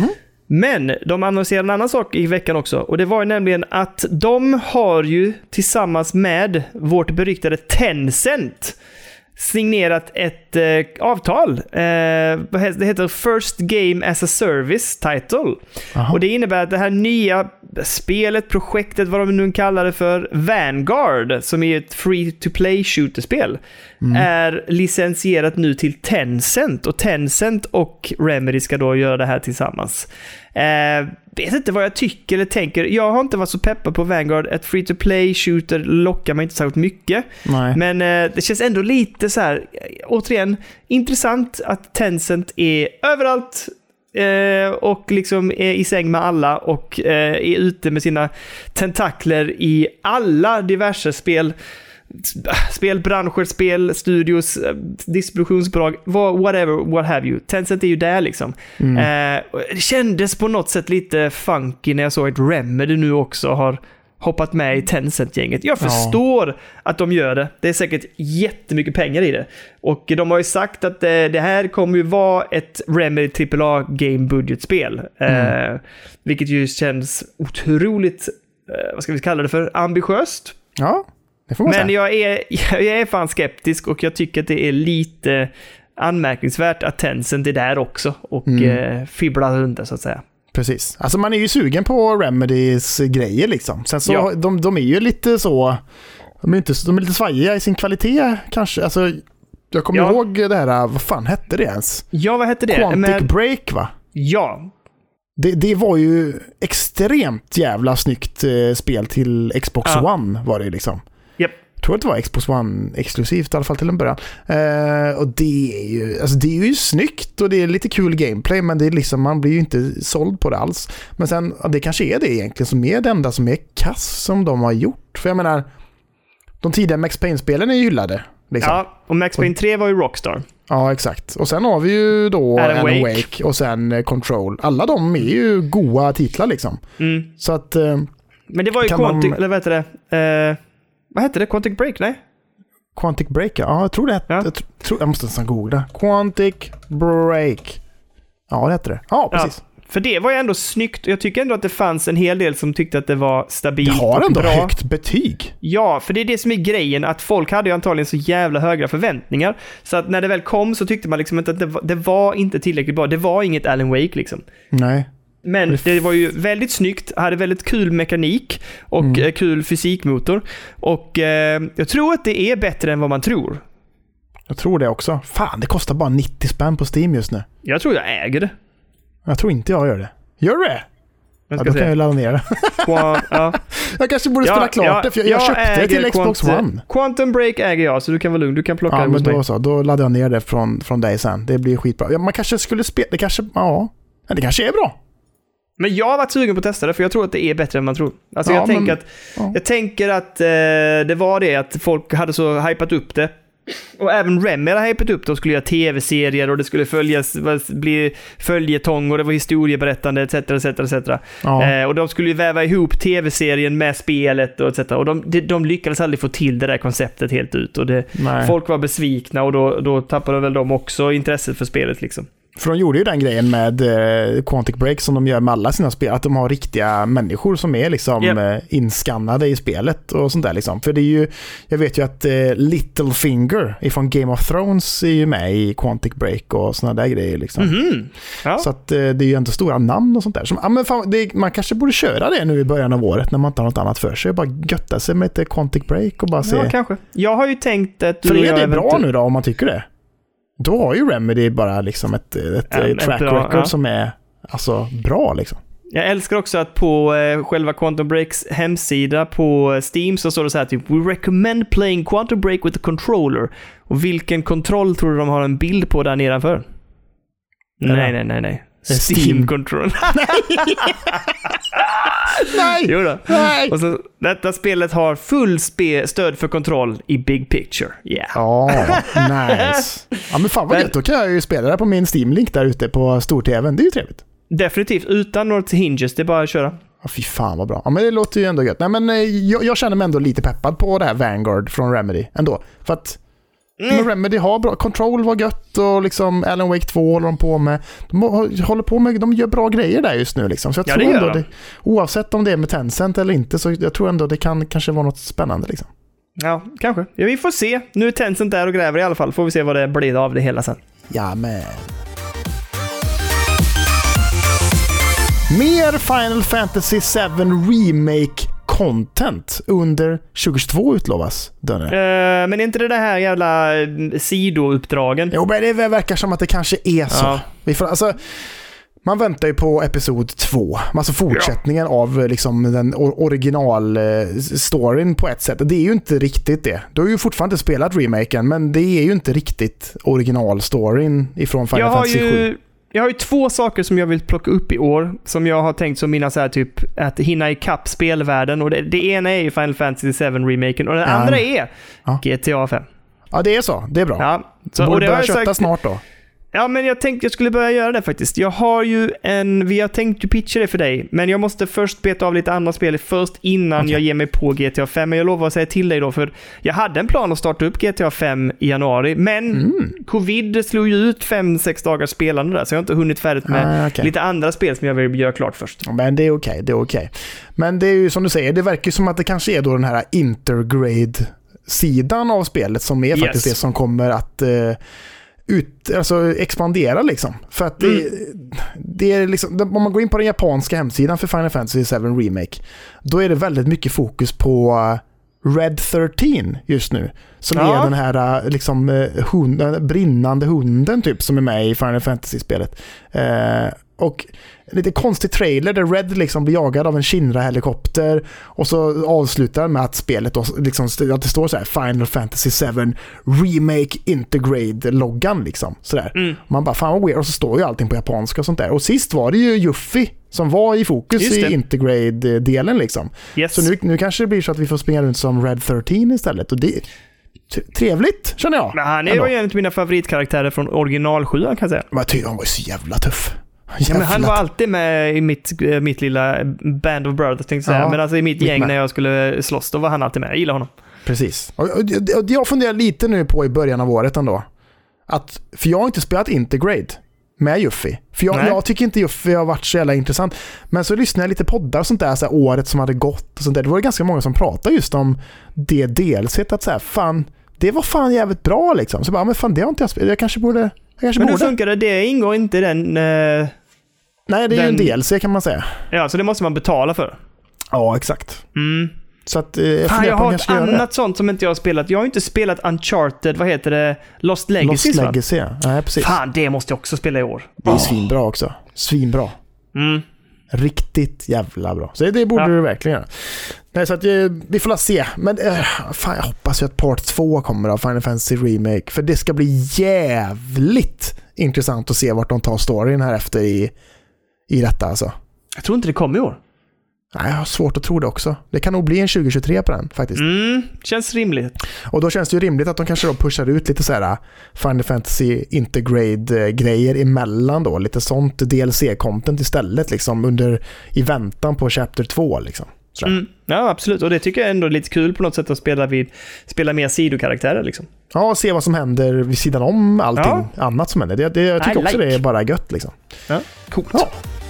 Men de annonserade en annan sak i veckan också, och det var ju nämligen att de har ju tillsammans med vårt beryktade Tencent signerat ett avtal. Det heter First Game as a Service title. Aha. Och det innebär att det här nya spelet, projektet, vad de nu kallar det för, Vanguard, som är ett free-to-play shooterspel, är licensierat nu till Tencent. Och Tencent och Remedy ska då göra det här tillsammans. Vet inte vad jag tycker eller tänker. Jag har inte varit så peppad på Vanguard. Ett free-to-play shooter lockar mig inte särskilt mycket.
Nej.
Men det känns ändå lite så här, återigen, intressant att Tencent är överallt och liksom är i säng med alla och är ute med sina tentakler i alla diverse spelbranscher, spelstudios, distributionsbolag, whatever, what have you. Tencent är ju där liksom. Det kändes på något sätt lite funky när jag såg att Remedy nu också har hoppat med i Tencent-gänget. Jag förstår att de gör det. Det är säkert jättemycket pengar i det. Och de har ju sagt att det här kommer ju vara ett Remedy AAA-game-budgetspel. Vilket ju känns otroligt, vad ska vi kalla det för, ambitiöst.
Ja, det får man säga.
Men jag är fan skeptisk, och jag tycker att det är lite anmärkningsvärt att Tencent är där också och fibblar runt, så att säga.
Precis. Alltså man är ju sugen på Remedys grejer liksom. Sen så de är ju lite så, de är lite svajiga i sin kvalitet kanske. Alltså jag kommer ihåg det här, vad fan hette det ens?
Ja, vad hette det?
Quantic Break, va?
Ja.
Det var ju extremt jävla snyggt spel till Xbox One var det liksom.
Yep.
Jag tror att det var Xbox One exklusivt i alla fall till en början. Och det är ju snyggt och det är lite kul gameplay, men det är liksom, man blir ju inte såld på det alls. Men sen, det kanske är det egentligen som är det enda som är kass som de har gjort. För jag menar, de tidiga Max Payne-spelen är ju hyllade. Liksom.
Ja, och Max Payne 3 var ju Rockstar.
Ja, exakt. Och sen har vi ju då Alan Wake och sen Control. Alla de är ju goda titlar liksom. Så att...
Men det var ju Quantic, eller vad heter det? Vad heter det? Quantic Break, nej?
Quantic Break, ja. Jag tror det. Jag måste nästan googla. Quantic Break. Ja, det heter det. Ja, precis. Ja,
för det var ju ändå snyggt. Jag tycker ändå att det fanns en hel del som tyckte att det var stabilt och bra.
Det har ändå högt betyg.
Ja, för det är det som är grejen. Att folk hade ju antagligen så jävla höga förväntningar. Så att när det väl kom så tyckte man liksom inte att det var inte tillräckligt bra. Det var inget Alan Wake liksom.
Nej.
Men det var ju väldigt snyggt, hade väldigt kul mekanik och kul fysikmotor. Och jag tror att det är bättre än vad man tror.
Jag tror det också. Fan, det kostar bara 90 spänn på Steam just nu.
Jag tror jag äger det.
Jag tror inte jag gör det. Gör du det? Ja, då kan jag ladda ner det. Jag kanske borde spela klart det, för jag köpte det till Xbox One.
Quantum Break äger jag, så du kan vara lugn. Du kan plocka det hos mig.
Då laddar jag ner det från dig sen. Det blir skitbra. Ja, man kanske skulle spela... Det kanske är bra.
Men jag har varit sugen på att testa det, för jag tror att det är bättre än man tror. Alltså jag tänker att det var det att folk hade så hypat upp det Och även Remedy har hypat upp. De skulle göra tv-serier och det skulle bli följetong och det var historieberättande etc.
Ja.
Och de skulle ju väva ihop tv-serien med spelet och etc. Och de lyckades aldrig få till det där konceptet helt ut. Och folk var besvikna och då tappade väl de också intresset för spelet liksom.
För de gjorde ju den grejen med Quantic Break som de gör med alla sina spel, att de har riktiga människor som är liksom inskannade i spelet och sånt där liksom. För det är ju, jag vet ju att Littlefinger ifrån Game of Thrones är ju med i Quantic Break och såna där grejer liksom.
Mm-hmm. Ja.
Så att det är ju ändå stora namn och sånt där. Som, men fan, man kanske borde köra det nu i början av året när man inte har något annat för sig. Bara götta sig med ett Quantic Break och bara se.
Ja, kanske. Jag har ju tänkt att...
För är det bra nu då om man tycker det? Då har ju Remedy bara liksom ett track record som är alltså bra liksom.
Jag älskar också att på själva Quantum Breaks hemsida på Steam så står det så här typ We recommend playing Quantum Break with a controller. Och vilken kontroll tror du de har en bild på där nedanför? Nej. Steam control.
Nej.
Jo då.
Nej.
Och så detta spelet har full stöd för kontroll i Big Picture. Yeah.
Ja, nice. Ja men fan vad gött, då kan jag ju spela det på min Steam-link där ute på stor-tvn. Det är ju trevligt.
Definitivt, utan något hinges, det är bara att köra.
Ja, fy fan vad bra. Ja men det låter ju ändå gött. Nej men jag känner mig ändå lite peppad på det här Vanguard från Remedy ändå. För att men Remedy har bra, Control var gött och liksom Alan Wake 2 håller de på med. De gör bra grejer där just nu liksom. Så jag tror ändå det, oavsett om det är med Tencent eller inte, så jag tror ändå det kan kanske vara något spännande liksom.
Ja, kanske. Ja, vi får se. Nu är Tencent där och gräver i alla fall. Får vi se vad det blir av det hela sen.
Ja, men mer Final Fantasy 7 Remake content under 2022 utlovas, Dönne.
Men är inte det här jävla sidouppdragen?
Jo, men det verkar som att det kanske är så. Ja. Man väntar ju på episod 2. Alltså fortsättningen av liksom den original-storyn på ett sätt. Det är ju inte riktigt det. Du har ju fortfarande spelat remaken, men det är ju inte riktigt original-storyn ifrån Final Fantasy 7.
Jag har ju 2 saker som jag vill plocka upp i år som jag har tänkt som mina så här typ att hinna ikapp spelvärlden, och det ena är ju Final Fantasy 7 remaken och det andra är GTA 5.
Ja, det är så. Det är bra.
Ja.
Så, och det börjar kötta snart då.
Ja, men jag tänkte jag skulle börja göra det faktiskt. Vi har tänkt ju pitcha det för dig, men jag måste först beta av lite andra spel först innan jag ger mig på GTA 5. Men jag lovar att säga till dig då, för jag hade en plan att starta upp GTA 5 i januari, men covid slog ju ut 5-6 dagars spelande där, så jag har inte hunnit färdigt med lite andra spel som jag vill göra klart först.
Men det är okej. Men det är ju som du säger, det verkar ju som att det kanske är då den här intergrade-sidan av spelet som är faktiskt det som kommer att alltså expandera liksom. För att det är liksom, om man går in på den japanska hemsidan för Final Fantasy 7 Remake, då är det väldigt mycket fokus på Red 13 just nu. Som är den här liksom brinnande hunden typ som är med i Final Fantasy-spelet. Och lite konstig trailer där Red liksom blir jagad av en Shinra-helikopter och så avslutar med att spelet då, liksom, att det står så här Final Fantasy 7 Remake Intergrade-loggan liksom. Sådär. Man bara, fan vad weird. Och så står ju allting på japanska och sånt där. Och sist var det ju Yuffie som var i fokus i Intergrade-delen liksom.
Yes.
Så nu kanske det blir så att vi får springa runt som Red 13 istället. Och det trevligt, känner jag.
Men han är ju en av mina favoritkaraktärer från original 7, kan jag säga.
Men jag tycker han var så jävla tuff.
Ja, men han var alltid med i mitt lilla band of brothers, tänkte jag säga. Men alltså i mitt gäng när jag skulle slåss, då var han alltid med. Jag gillar honom.
Precis. Och jag funderar lite nu på i början av året ändå. För jag har inte spelat Intergrade med Yuffie. För jag tycker inte Yuffie har varit så jävla intressant. Men så lyssnade jag lite poddar och sånt där, så här, året som hade gått och sånt där. Det var ganska många som pratade just om det delset, att så här, fan, det var fan jävligt bra liksom. Så bara, men fan, det har inte jag spelat. Jag kanske borde. Men
hur funkar det? Det ingår inte den...
Nej, det är ju en DLC kan man säga.
Ja, så det måste man betala för.
Ja, exakt. Så att,
jag har ett annat sånt som inte jag har spelat. Jag har inte spelat Uncharted, vad heter det? Lost Legacy.
Lost Legacy, ja, precis.
Fan, det måste jag också spela i år.
Det är svinbra också. Svinbra. Riktigt jävla bra. Så det borde du verkligen göra. Nej, så att vi får se. Men fan, jag hoppas ju att Part 2 kommer av Final Fantasy Remake. För det ska bli jävligt intressant att se vart de tar storyn här efter i detta alltså.
Jag tror inte det kommer i år.
Nej, jag har svårt att tro det också. Det kan nog bli en 2023 på den faktiskt.
Känns rimligt.
Och då känns det ju rimligt att de kanske då pushar ut lite så här Final Fantasy Intergrade-grejer emellan då. Lite sånt DLC-content istället liksom i väntan på Chapter 2 liksom.
Ja, absolut. Och det tycker jag ändå är lite kul på något sätt att spela mer sidokaraktärer liksom.
Ja, och se vad som händer vid sidan om allting annat som händer. Jag tycker också det är bara gött liksom.
Ja, coolt. Ja.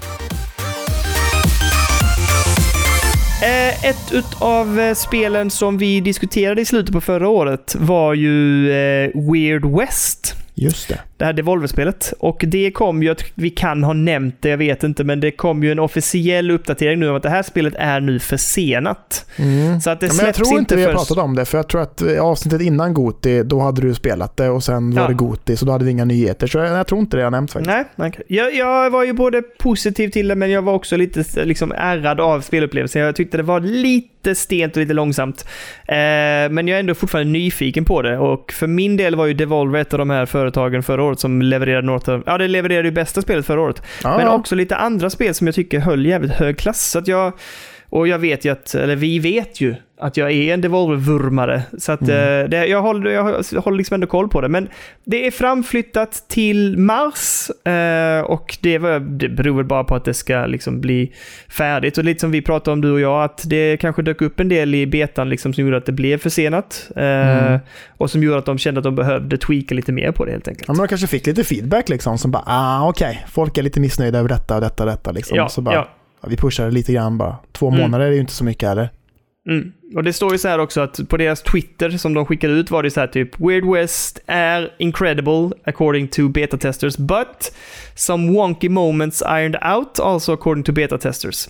Ett av spelen som vi diskuterade i slutet på förra året var ju Weird West.
Just det.
Det här Devolver-spelet. Och det kom ju, vi kan ha nämnt det, jag vet inte, men det kom ju en officiell uppdatering nu om att det här spelet är nu försenat. Så att det släpps.
Men jag tror inte vi har pratat om det, för jag tror att avsnittet innan Goti, då hade du spelat det och sen var det Goti, så då hade vi inga nyheter. Så jag tror inte det jag nämnt faktiskt.
Nej, jag var ju både positiv till det, men jag var också lite liksom ärrad av spelupplevelsen. Jag tyckte det var lite stent och lite långsamt. Men jag är ändå fortfarande nyfiken på det, och för min del var ju Devolver ett av de här företagen förra året som levererade något av, det levererade ju bästa spelet förra året. Men också lite andra spel som jag tycker höll jävligt hög klass. Så att jag vet ju vi vet ju att jag är en Devolver-vurmare, så att jag håller liksom ändå koll på det. Men det är framflyttat till mars, och det beror väl bara på att det ska liksom bli färdigt. Och lite som vi pratade om, du och jag, att det kanske dök upp en del i betan liksom, som gjorde att det blev försenat, och som gjorde att de kände att de behövde tweaka lite mer på det helt enkelt.
Ja, men de kanske fick lite feedback liksom, som bara, okej, folk är lite missnöjda över detta liksom. Så bara, vi pushar lite grann bara. 2 månader är ju inte så mycket heller.
Och det står ju så här också att på deras Twitter som de skickade ut var det så här typ: Weird West är incredible according to beta testers, but some wonky moments ironed out also according to beta testers.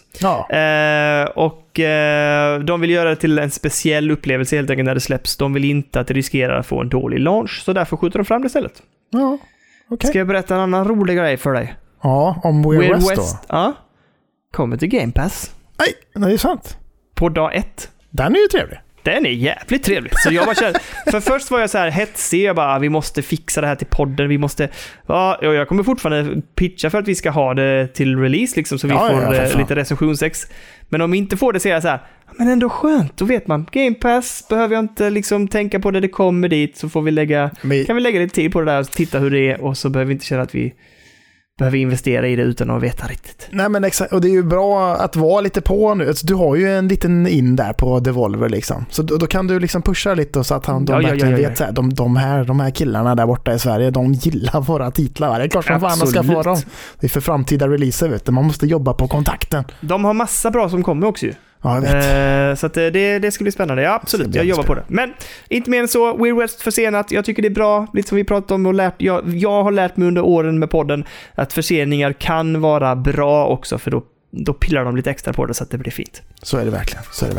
De vill göra det till en speciell upplevelse helt enkelt när det släpps. De vill inte att det riskerar att få en dålig launch, så därför skjuter de fram det istället.
Ja, okej.
Ska jag berätta en annan rolig grej för dig?
Ja, om Weird West då?
Ja, kommer till Game Pass.
Nej, det är sant.
På dag 1.
Den är ju trevlig.
Den är jävligt trevlig. Så jag bara kände, för först var jag så här hetsig, jag bara, vi måste fixa det här till podden, vi måste, jag kommer fortfarande pitcha för att vi ska ha det till release liksom, så vi får lite recensionsex. Men om vi inte får det, så är jag så här, men ändå skönt, då vet man, Game Pass behöver jag inte liksom tänka på det kommer dit, så får vi kan vi lägga lite tid på det där och titta hur det är, och så behöver vi inte känna att vi behöver investera i det utan att veta riktigt. Nej, men exakt, och det är ju bra att vara lite på nu. Alltså, du har ju en liten in där på Devolver liksom. Så då kan du liksom pusha lite, så att de verkligen vet så här, de här killarna där borta i Sverige, de gillar våra titlar. Det är klart som fan de ska få dem. Det är för framtida releaser, vet du. Man måste jobba på kontakten. De har massa bra som kommer också ju.
Ja, jag vet.
Så att det ska bli spännande. Ja, absolut, jag jobbar på det. Men inte mer än så, Weird West försenat. Jag tycker det är bra, lite som vi pratade om, och jag har lärt mig under åren med podden att förseningar kan vara bra också, för då pillar de lite extra på det så att det blir fint.
Så är det verkligen.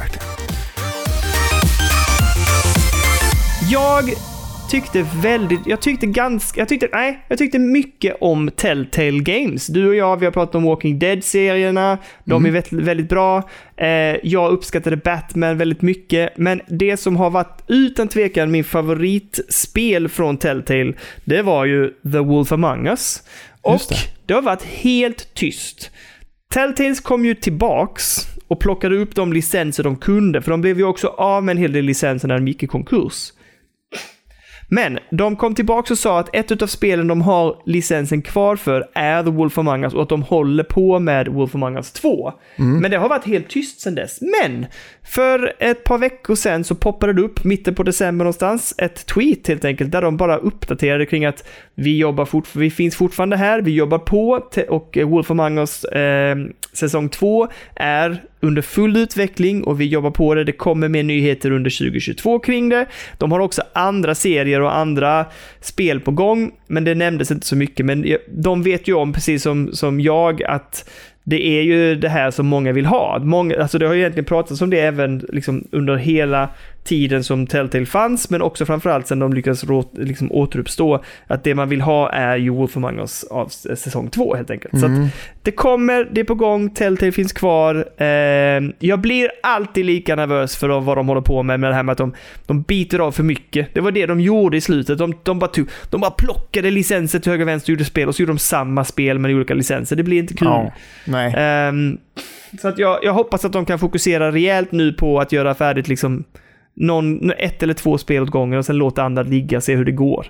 Jag tyckte mycket om Telltale Games. Du och jag, vi har pratat om Walking Dead-serierna. De är väldigt bra. Jag uppskattade Batman väldigt mycket. Men det som har varit utan tvekan min favoritspel från Telltale, det var ju The Wolf Among Us. Och det har varit helt tyst. Telltales kom ju tillbaks och plockade upp de licenser de kunde. För de blev ju också av med en hel del licenser när de gick i konkurs. Men de kom tillbaka och sa att ett av spelen de har licensen kvar för är The Wolf Among Us, och att de håller på med Wolf Among Us 2. Men det har varit helt tyst sedan dess. Men för ett par veckor sedan så poppade det upp mitten på december någonstans ett tweet helt enkelt, där de bara uppdaterade kring att vi finns fortfarande här, vi jobbar på, och Wolf Among Us säsong 2 är under full utveckling och vi jobbar på det. Det kommer mer nyheter under 2022 kring det. De har också andra serier och andra spel på gång, men det nämndes inte så mycket. Men de vet ju om, precis som jag, att det är ju det här som många vill ha. Alltså det har ju egentligen pratats om det även liksom under hela tiden som Telltale fanns, men också framförallt sen de lyckades liksom återuppstå, att det man vill ha är ju Wolf Among Us av säsong 2 helt enkelt. Så att det är på gång, Telltale finns kvar. Jag blir alltid lika nervös för vad de håller på med det här med att de biter av för mycket. Det var det de gjorde i slutet. De bara plockade licenser till höger och vänster och gjorde spel, och så gjorde de samma spel med olika licenser. Det blir inte kul.
Ja, nej.
Så att jag hoppas att de kan fokusera rejält nu på att göra färdigt liksom ett eller två spel åt gången och sen låta andra ligga och se hur det går.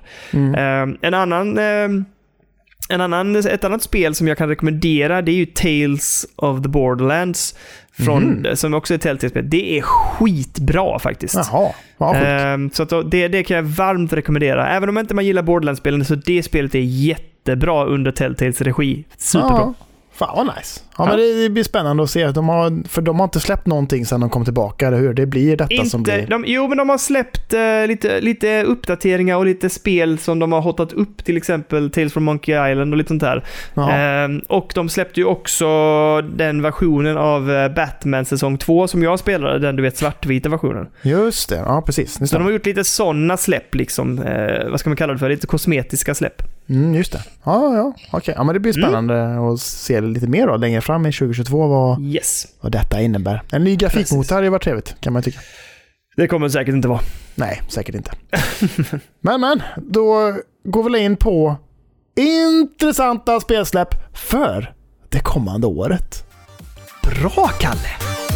Ett annat spel som jag kan rekommendera, det är ju Tales of the Borderlands som också är Telltale-spel. Det är skitbra faktiskt.
Jaha,
så att det kan jag varmt rekommendera. Även om inte man gillar Borderlands-spelen, så det spelet är jättebra under Telltales regi. Superbra.
Ja. Fan vad nice. Ja, men det blir spännande att se. De har inte släppt någonting sedan de kom tillbaka, eller hur? Det blir detta som blir...
men de har släppt lite uppdateringar och lite spel som de har hotat upp, till exempel Tales from Monkey Island och lite sånt där. Och de släppte ju också den versionen av Batman säsong 2 som jag spelade, den du vet svartvita versionen.
Just det, ja precis.
Så de har gjort lite sådana släpp liksom, vad ska man kalla det för? Lite kosmetiska släpp.
Just det. Ja, okej. Ja, men det blir spännande att se lite mer då, längre fram i 2022 vad detta innebär. En ny grafikmotor hade varit trevligt, kan man tycka.
Det kommer säkert inte vara.
Nej, säkert inte. men, då går vi in på intressanta spelsläpp för det kommande året.
Bra, Kalle!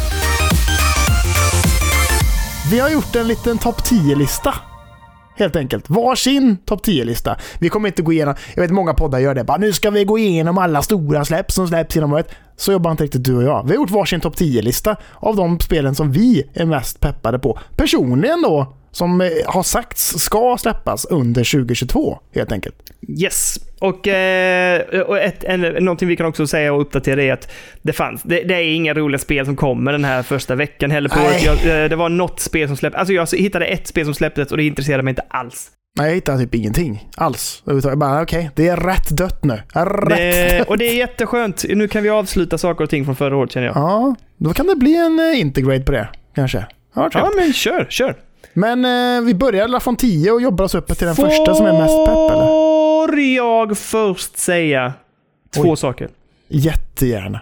Vi har gjort en liten topp 10-lista. Helt enkelt. Varsin topp 10-lista. Vi kommer inte gå igenom, jag vet många poddar gör det. Bara, nu ska vi gå igenom alla stora släpp som släpps inom året. Så jobbar inte riktigt du och jag. Vi har gjort varsin topp 10-lista av de spelen som vi är mest peppade på. Personligen då, som har sagts ska släppas under 2022, helt enkelt.
Yes. Och någonting vi kan också säga och uppdatera är att det är inga roliga spel som kommer den här första veckan heller på året. Det var något spel som släpptes. Alltså jag hittade ett spel som släpptes och det intresserade mig inte alls.
Nej, jag hittade typ ingenting alls. Jag bara, okej, det är rätt dött nu.
Och det är jätteskönt. Nu kan vi avsluta saker och ting från förra året, känner jag.
Ja, då kan det bli en integrate på det, kanske.
Ja, men kör.
Men vi börjar alla från 10 och jobbar oss upp till den första som är mest pepp, eller?
Får jag först säga två saker?
Jättegärna.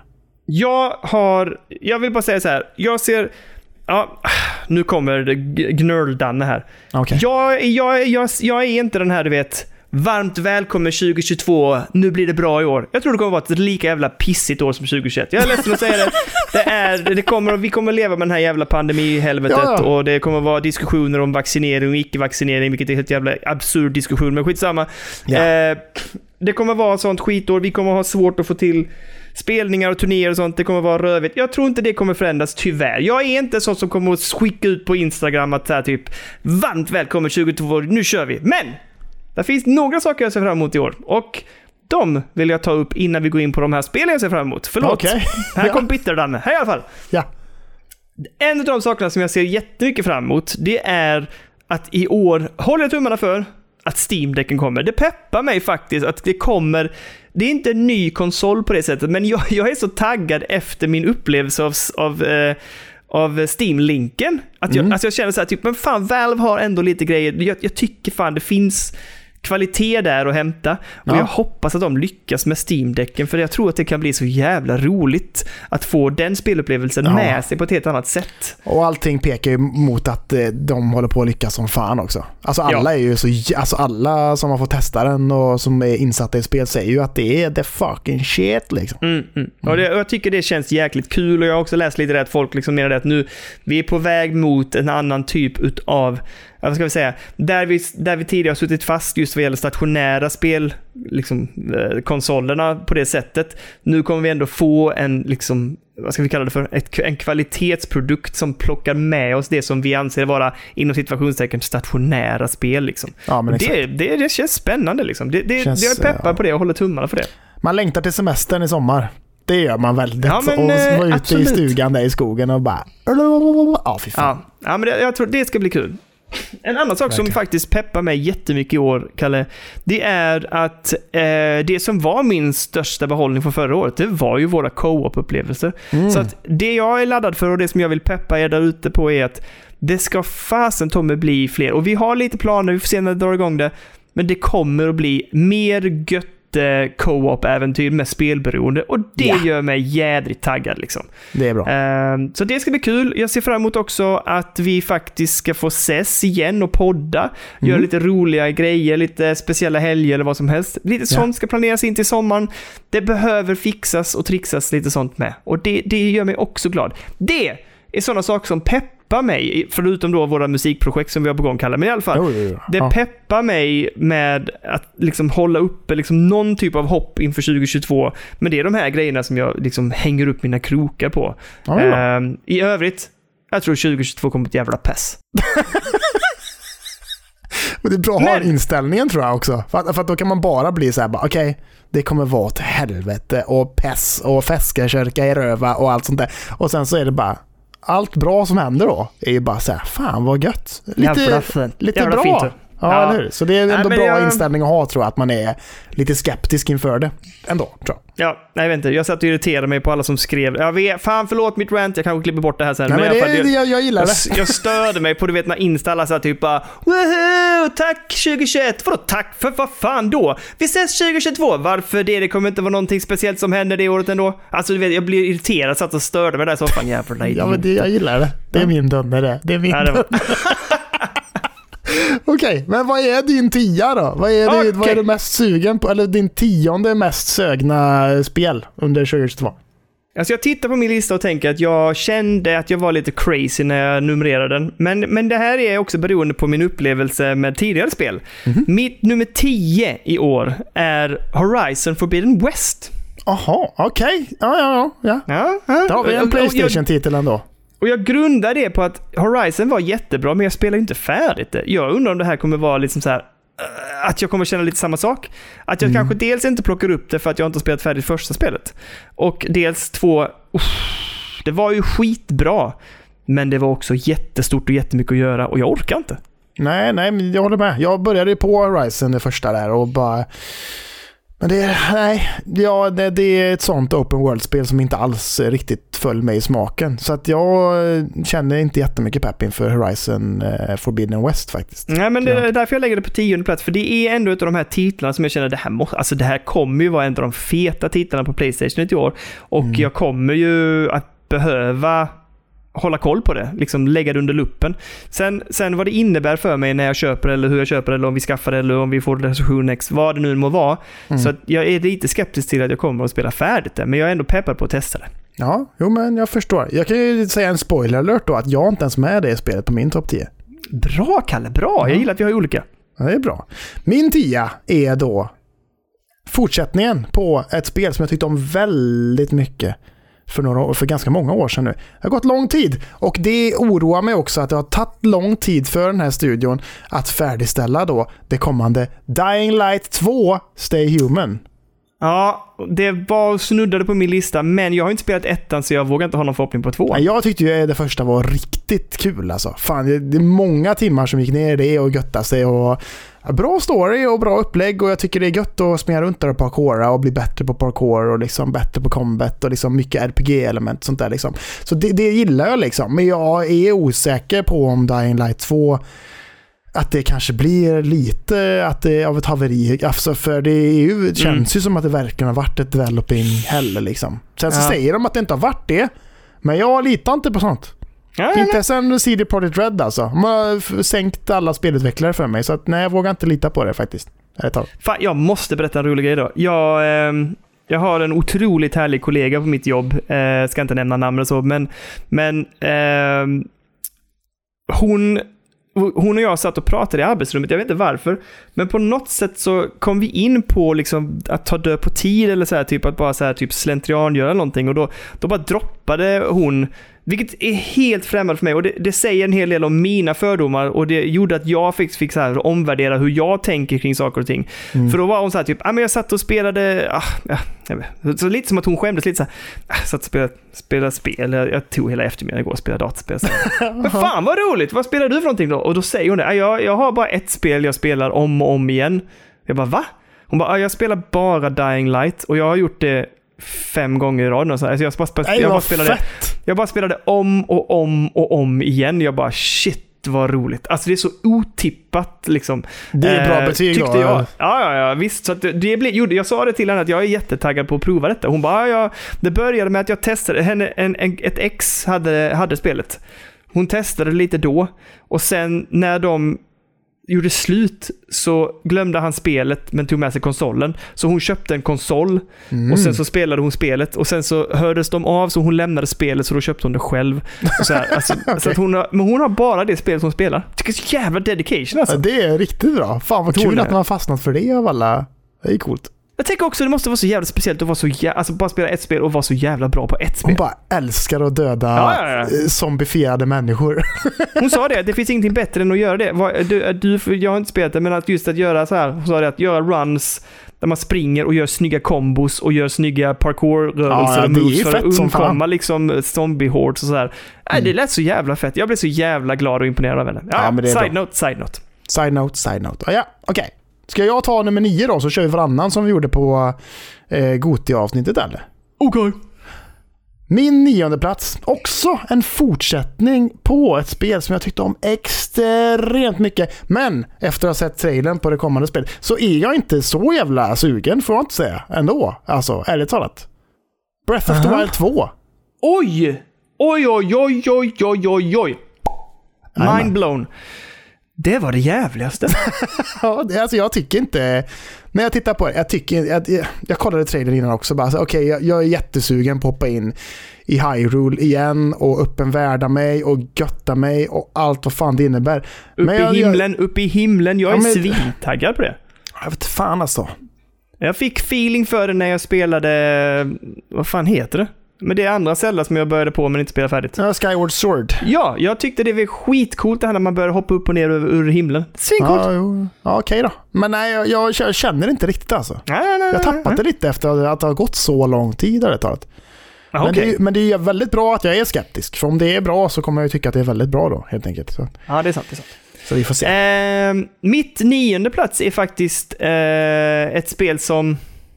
Jag vill bara säga så här. Jag ser... Ja, nu kommer det gnörldanne här.
Okay.
Jag är inte den här, du vet... Varmt välkommen 2022. Nu blir det bra i år. Jag tror det kommer vara ett lika jävla pissigt år som 2021. Jag är ledsen att säga det. Vi kommer leva med den här jävla pandemi-helvetet. Och det kommer vara diskussioner om vaccinering och icke-vaccinering, vilket är helt jävla absurd diskussion, men skitsamma. Det kommer vara ett sånt skitår. Vi kommer ha svårt att få till spelningar och turnéer och sånt. Det kommer vara rövigt. Jag tror inte det kommer förändras, tyvärr. Jag är inte sån som kommer att skicka ut på Instagram att så här, typ, varmt välkommen 2022, nu kör vi. Men det finns några saker jag ser fram emot i år. Och de vill jag ta upp innan vi går in på de här spelen jag ser fram emot. Förlåt.
Okay.
Här kom Bitterdanne. Här i alla fall.
Ja.
En av de sakerna som jag ser jättemycket fram emot, det är att i år, håller jag tummarna för, att Steam-däcken kommer. Det peppar mig faktiskt att det kommer. Det är inte en ny konsol på det sättet, men jag är så taggad efter min upplevelse av Steam-linken. Att jag känner så här, typ, men fan, Valve har ändå lite grejer. Jag tycker fan det finns kvalitet där att hämta. Och jag hoppas att de lyckas med Steam-däcken, för jag tror att det kan bli så jävla roligt att få den spelupplevelsen med sig på ett helt annat sätt. Och
allting pekar ju mot att de håller på att lyckas som fan också. Alltså alla är ju så, alltså alla som har fått testa den och som är insatta i spel säger ju att det är the fucking shit liksom.
Och jag tycker det känns jäkligt kul, och jag har också läst lite att folk liksom menar att nu vi är på väg mot en annan typ utav, vad ska vi säga, där vi tidigare har suttit fast just vad gäller stationära spel, liksom konsolerna på det sättet. Nu kommer vi ändå få en, liksom, vad ska vi kalla det för, en kvalitetsprodukt som plockar med oss det som vi anser vara inom situationstecken stationära spel liksom. Ja, men det känns spännande liksom. Jag är peppad på det och håller tummarna för det.
Man längtar till semestern i sommar. Det gör man väldigt.
Ja, men,
och vara ute i stugan där i skogen och bara... fy fan.
Ja, men jag tror det ska bli kul. En annan sak som faktiskt peppar mig jättemycket i år, Kalle, det är att det som var min största behållning från förra året, det var ju våra co-op-upplevelser. Så att det jag är laddad för och det som jag vill peppa er där ute på är att Det ska fasen Tommy bli fler. Och vi har lite planer, vi får se när det drar igång det. Men det kommer att bli mer gött co-op-äventyr med spelberoende. Och det gör mig jädrigt taggad liksom.
Det är bra.
Så det ska bli kul. Jag ser fram emot också att vi faktiskt ska få ses igen och podda. Göra lite roliga grejer, lite speciella helger eller vad som helst. Lite sånt ska planeras in till sommaren. Det behöver fixas och trixas lite sånt med. Och det gör mig också glad. Det är sådana saker som peppar mig, förutom då våra musikprojekt som vi har på gång, Kalle. Men i alla fall, det peppar mig med att liksom hålla uppe liksom någon typ av hopp inför 2022. Men det är de här grejerna som jag liksom hänger upp mina krokar på. I övrigt, jag tror 2022 kommer ett jävla pess.
Men det är bra att ha den inställningen, tror jag också. För att då kan man bara bli så här, okej, det kommer vara till helvete och pess och fäskekörka i röva och allt sånt där. Och sen så är det bara, allt bra som händer då är ju bara så här, fan vad gött. Lite bra. Fint. Ja, eller hur? Så det är ändå bra inställning att ha, tror jag, att man är lite skeptisk inför det ändå, tror jag.
Ja, nej, jag vet inte. Jag satt och irriterade mig på alla som skrev. Fan, förlåt mitt rant. Jag kanske klipper bort det här sen.
Nej, men jag gillar det.
Jag störde mig på, du vet, när Insta alla så här typ bara, woho, tack 2021. Vadå tack? För vad fan då? Vi ses 2022. Varför det? Det kommer inte vara någonting speciellt som händer det året ändå. Alltså, du vet, jag blir irriterad, satt och störde mig där så fan jävlar.
Ja, men jag gillar det. Det är min dömare. Det är min dömare. Okej, men vad är din 10 då? Vad är du mest sugen på? Eller din 10:e mest sögna spel under 2022?
Alltså jag tittar på min lista och tänker att jag kände att jag var lite crazy när jag numrerade den. Men det här är också beroende på min upplevelse med tidigare spel. Mitt nummer 10 i år är Horizon Forbidden West.
Aha, okej. Ja. Då har vi en PlayStation-titel ändå.
Och jag grundar det på att Horizon var jättebra, men jag spelar inte färdigt det. Jag undrar om det här kommer vara liksom så här, att jag kommer känna lite samma sak. Att jag kanske dels inte plockar upp det för att jag inte har spelat färdigt första spelet. Och dels 2, det var ju skitbra, men det var också jättestort och jättemycket att göra och jag orkar inte.
Nej, men jag håller med. Jag började på Horizon det första där och bara... Men det är ett sånt open world-spel som inte alls riktigt föll mig i smaken. Så att jag känner inte jättemycket pepp inför Horizon Forbidden West faktiskt.
Nej, men det är därför jag lägger det på 10:e plats. För det är ändå ett av de här titlarna som jag känner det här kommer ju vara en av de feta titlarna på PlayStation i år. Och jag kommer ju att behöva hålla koll på det, liksom lägga det under luppen. Sen vad det innebär för mig när jag köper eller hur jag köper eller om vi skaffar eller om vi får recension X, vad det nu må vara. Så att jag är lite skeptisk till att jag kommer att spela färdigt det, men jag är ändå peppad på att testa det.
Ja, men jag förstår. Jag kan ju säga en spoiler alert då, att jag inte ens med det spelet på min topp 10.
Bra, Kalle, bra. Jag gillar att vi har olika.
Ja, det är bra. Min 10 är då fortsättningen på ett spel som jag tyckte om väldigt mycket för ganska många år sedan nu. Det har gått lång tid och det oroar mig också att det har tagit lång tid för den här studion att färdigställa då det kommande Dying Light 2 Stay Human.
Ja, det var snuddade på min lista, men jag har inte spelat ettan så jag vågar inte ha någon förhoppning på 2.
Jag tyckte ju det första var riktigt kul alltså. Fan, det är många timmar som gick ner i det och götta sig och bra story och bra upplägg och jag tycker det är gött att springa runt där och parkoura och bli bättre på parkour och liksom bättre på combat och liksom mycket RPG-element sånt där liksom. Så det gillar jag liksom, men jag är osäker på om Dying Light 2 att det kanske blir lite av ett haveri, alltså för det är ju, känns ju som att det verkligen har varit ett developing hell liksom. Sen så säger de att det inte har varit det, men jag litar inte på sånt. Inte sen CD Projekt Red alltså. De har sänkt alla spelutvecklare för mig, så att nej, jag vågar inte lita på det faktiskt.
Fan, jag måste berätta en rolig grej då. Jag har en otroligt härlig kollega på mitt jobb, ska inte nämna namn och så, men hon och jag satt och pratade i arbetsrummet, jag vet inte varför, men på något sätt så kom vi in på liksom att ta död på tid eller så här, typ att bara så här, typ slentrian göra någonting och då bara droppade hon, vilket är helt främmande för mig och det säger en hel del om mina fördomar och det gjorde att jag fick så här omvärdera hur jag tänker kring saker och ting. För då var hon så här typ, men jag satt och spelade så lite som att hon skämdes lite så här, satt och spelade spel, jag tog hela eftermiddagen igår och spelade dataspel. Men fan vad roligt, vad spelar du för någonting då? Och då säger hon det, jag har bara ett spel jag spelar om och om igen. Jag bara, va? Hon bara, jag spelar bara Dying Light och jag har gjort det 5 gånger i rad. Alltså jag bara spelade om och om igen. Jag bara shit vad roligt. Alltså det är så otippat liksom.
Det är bra betyg
tyckte
då.
jag. Ja, visst. Så att jag sa det till henne att jag är jättetaggad på att prova detta. Hon bara, det började med att jag testade. Ett ex hade spelet. Hon testade lite då. Och sen när de gjorde slut så glömde han spelet men tog med sig konsolen. Så hon köpte en konsol och sen så spelade hon spelet och sen så hördes de av så hon lämnade spelet så då köpte hon det själv. Och så här, alltså, okay. Så att hon har bara det spelet hon spelar. Tycker så jävla dedication alltså.
Ja, det är riktigt bra. Fan vad kul att man har fastnat för det av alla. Det är coolt.
Jag tänker också det måste vara så jävla speciellt att vara så alltså bara spela ett spel och vara så jävla bra på ett spel.
Hon bara älskar att döda zombifierade människor.
Hon sa det finns ingenting bättre än att göra det. Jag har inte spelat det, men att just att göra så här, hon sa det att göra runs där man springer och gör snygga kombos och gör snygga parkour-rörelser och moves för att undkomma liksom zombie-hordes och så här. Det lät så jävla fett. Jag blev så jävla glad och imponerad av henne. Side note.
Ja, okej. Ska jag ta nummer 9 då så kör vi varannan som vi gjorde på Goti-avsnittet eller?
Okej.
Min 9:e plats, också en fortsättning på ett spel som jag tyckte om extremt mycket. Men efter att ha sett trailern på det kommande spelet så är jag inte så jävla sugen, får jag inte säga, ändå. Alltså, ärligt talat. Breath of the Wild 2.
Oj! Mind blown. Det var det jävligaste.
Ja, alltså jag tycker inte... När jag tittar på det, jag kollade trailern innan också. Okej, jag är jättesugen på att hoppa in i Hyrule igen och öppenvärda mig och götta mig och allt vad fan det innebär.
Upp i himlen. Jag är svintaggad på det.
Jag vet fan alltså.
Jag fick feeling för det när jag spelade... Vad fan heter det? Men det är andra Zelda som jag började på men inte spela färdigt.
Skyward Sword.
Ja, jag tyckte det var skitcoolt det här när man börjar hoppa upp och ner ur himlen. Svincoolt.
Ja, okej då. Men nej, jag känner inte riktigt alltså.
Nej.
Jag tappade lite efter att det har gått så lång tid där ett tag. Men det är väldigt bra att jag är skeptisk. För om det är bra så kommer jag ju tycka att det är väldigt bra då, helt enkelt. Så.
Ja, det är sant.
Så vi får se.
Mitt 9:e plats är faktiskt ett spel som...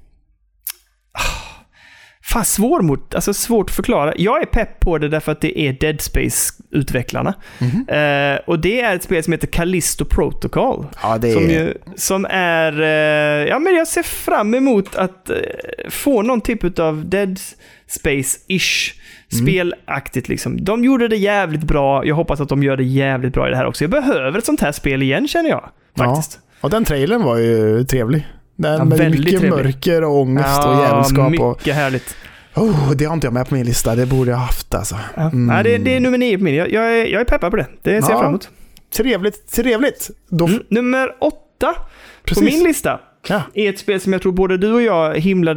Fan, svårt att förklara. Jag är pepp på det därför att det är Dead Space-utvecklarna. Och det är ett spel som heter Callisto Protocol.
Ja, det
som är... men jag ser fram emot att få någon typ av Dead Space-ish spelaktigt liksom. De gjorde det jävligt bra. Jag hoppas att de gör det jävligt bra i det här också. Jag behöver ett sånt här spel igen, känner jag. Faktiskt.
Ja. Och den trailern var ju trevlig. Med mycket trevlig. Mörker och ångest och jävelskap.
Mycket härligt.
Det har inte jag med på min lista. Det borde jag haft alltså.
Ja, det är nummer 9 på min. Jag är peppad på det. Det ser jag fram emot.
Trevligt.
Nummer 8 på min lista är ett spel som jag tror både du och jag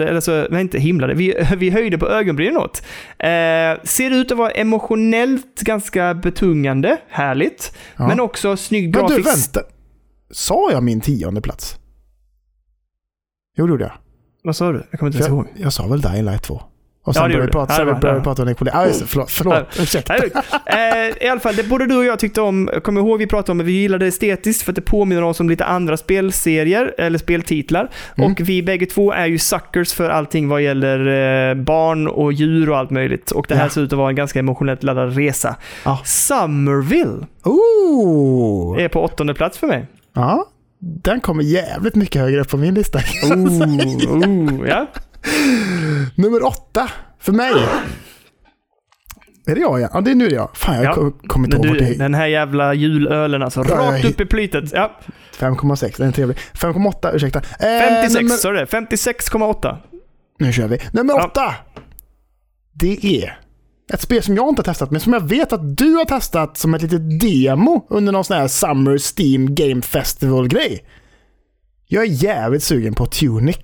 vi höjde på ögonbrynen åt. Ser ut att vara emotionellt ganska betungande, härligt, men också snygg grafik.
Men du, vänta. Sa jag min 10:e plats? Jo, det gjorde jag.
Vad sa du? Jag kommer inte ihåg.
Jag sa väl Dying Light 2. Och sen började vi prata om Nicolai. Förlåt.
I alla fall, det både du och jag tyckte om, kommer ihåg vi pratade om att vi gillade estetiskt för att det påminner oss om lite andra spelserier eller speltitlar. Och vi bägge två är ju suckers för allting vad gäller barn och djur och allt möjligt. Och det här ser ut att vara en ganska emotionellt laddad resa. Somerville är på 8:e plats för mig.
Ja, den kommer jävligt mycket högre upp på min lista.
Ja.
Nummer 8 för mig. Är det jag igen? Ja, det är nu det jag. Fan, jag kommer inte ihåg det.
Den här jävla julölen alltså. Rakt upp i plytet. Ja.
5,6, den är trevlig. 5,8, ursäkta.
56, så är det. 56,8.
Nu kör vi. Nummer 8. Det är ett spel som jag inte har testat, men som jag vet att du har testat som ett litet demo under någon sån här Summer Steam Game Festival-grej. Jag är jävligt sugen på Tunic.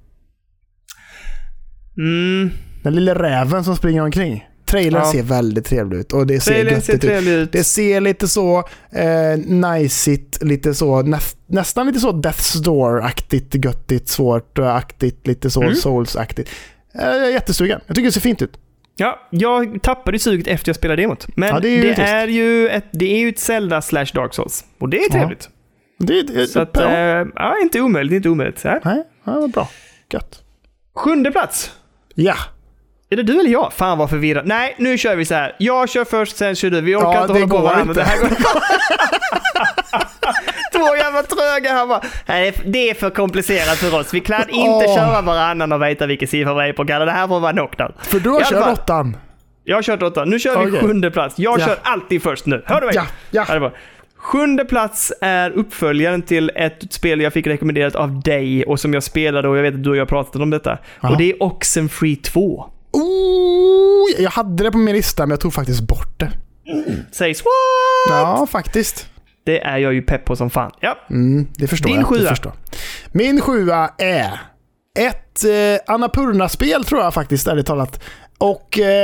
Den lilla räven som springer omkring. Trailern ser väldigt trevlig ut och det ser göttigt ut. Det ser lite så nice-igt, lite så nästan lite så Death's Door-aktigt, göttigt, svårt-aktigt, lite så Souls-aktigt. Jag är jättesugen. Jag tycker det ser fint ut.
Ja, jag tappade suget efter jag spelade demot. Men det är ju ett Zelda / Dark Souls. Och det är trevligt. Så att, inte omöjligt.
Nej, det var bra. Gött.
7:e plats.
Ja.
Är det du eller jag? Fan vad förvirrad. Nej, nu kör vi så här. Jag kör först, sen kör du. Vi orkar inte hålla på varandra. Det här går... Två jävla tröga här bara. Nej, det är för komplicerat för oss. Vi kan inte köra varannan och veta vilken siffra vi är på. Det här får vara knockdown.
För du har kört 8.
Jag har kört 8. Nu kör vi 7:e plats. Jag kör alltid först nu. Hör du mig?
Ja.
7:e plats är uppföljaren till ett spel jag fick rekommenderat av dig och som jag spelade och jag vet att du och jag pratade om detta. Och det är Oxenfree 2.
Jag hade det på min lista men jag tog faktiskt bort det.
Sägs what?
Ja, faktiskt.
Det är jag ju pepp på som fan. Ja.
Det förstår
Din 7.
Min 7 är ett Annapurna-spel tror jag faktiskt, ärligt talat. Och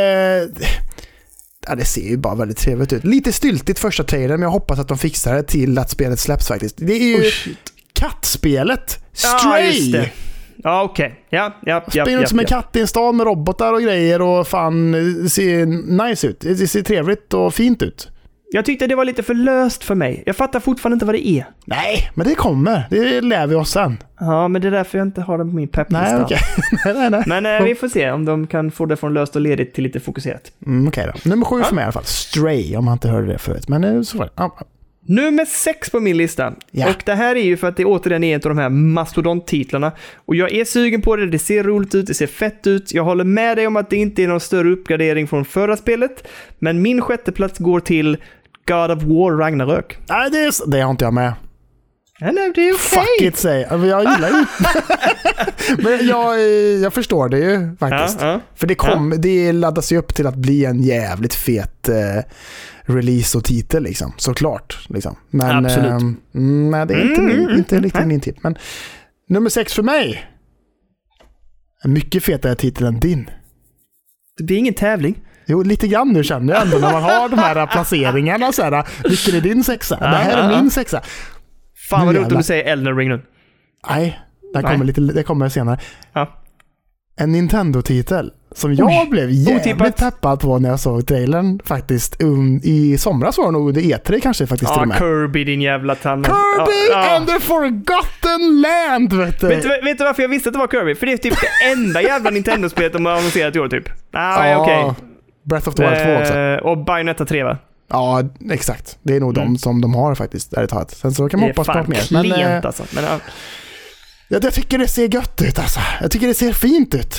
det ser ju bara väldigt trevligt ut. Lite styltigt första trailern, men jag hoppas att de fixar det till att spelet släpps faktiskt. Det är ju kattspelet Stray.
Ja, just det. Ja, okej. Ja.
Spelar ut som en katt i en stad med robotar och grejer och fan, det ser nice ut. Det ser trevligt och fint ut.
Jag tyckte det var lite för löst för mig. Jag fattar fortfarande inte vad det är.
Nej, men det kommer. Det lär vi oss sen.
Ja, men det är därför jag inte har det på min pepplista.
Nej, okej. Nej.
Men vi får se om de kan få det från löst och ledigt till lite fokuserat.
Okej då. Nummer 7 för mig i alla fall. Stray, om man inte hörde det förut. Men så var det.
Nummer 6 på min lista. Ja. Och det här är ju för att det återigen är en av de här mastodonttitlarna. Och jag är sugen på det. Det ser roligt ut. Det ser fett ut. Jag håller med dig om att det inte är någon större uppgradering från förra spelet. Men min 6:e plats går till God of War Ragnarök.
Nej, det har inte jag med.
Nej, det är okej.
Fuck it, säg. Jag gillar ju. Men jag förstår det ju faktiskt. För det laddas ju upp till att bli en jävligt fet release och titel liksom. Såklart. Liksom. Men,
absolut.
Nej, det är inte riktigt min titel. Men nummer 6 för mig. En mycket fetare titel än din.
Det blir ingen tävling.
Jo, lite grann nu känner jag ändå när man har de här placeringarna så här, vilken är din 6? Det här är min 6.
Fan vad roligt om du säger Elden Ring nu.
Nej, det kommer senare.
Ja.
En Nintendo-titel som jag blev jävligt peppad på när jag såg trailern faktiskt. I somras var det nog E3 kanske faktiskt till och med.
Kirby, din jävla tanne.
Kirby and the Forgotten Land, vet du.
Vet du varför jag visste att det var Kirby? För det är typ det enda jävla Nintendo-spelet de har annonserat i år typ. Okej.
Breath of the Wild 2 också.
Och Bayonetta 3 va?
Ja, exakt. Det är nog de som de har faktiskt. Sen så kan man hoppas på mer.
Det är fan klent alltså.
Jag tycker det ser gött ut alltså. Jag tycker det ser fint ut.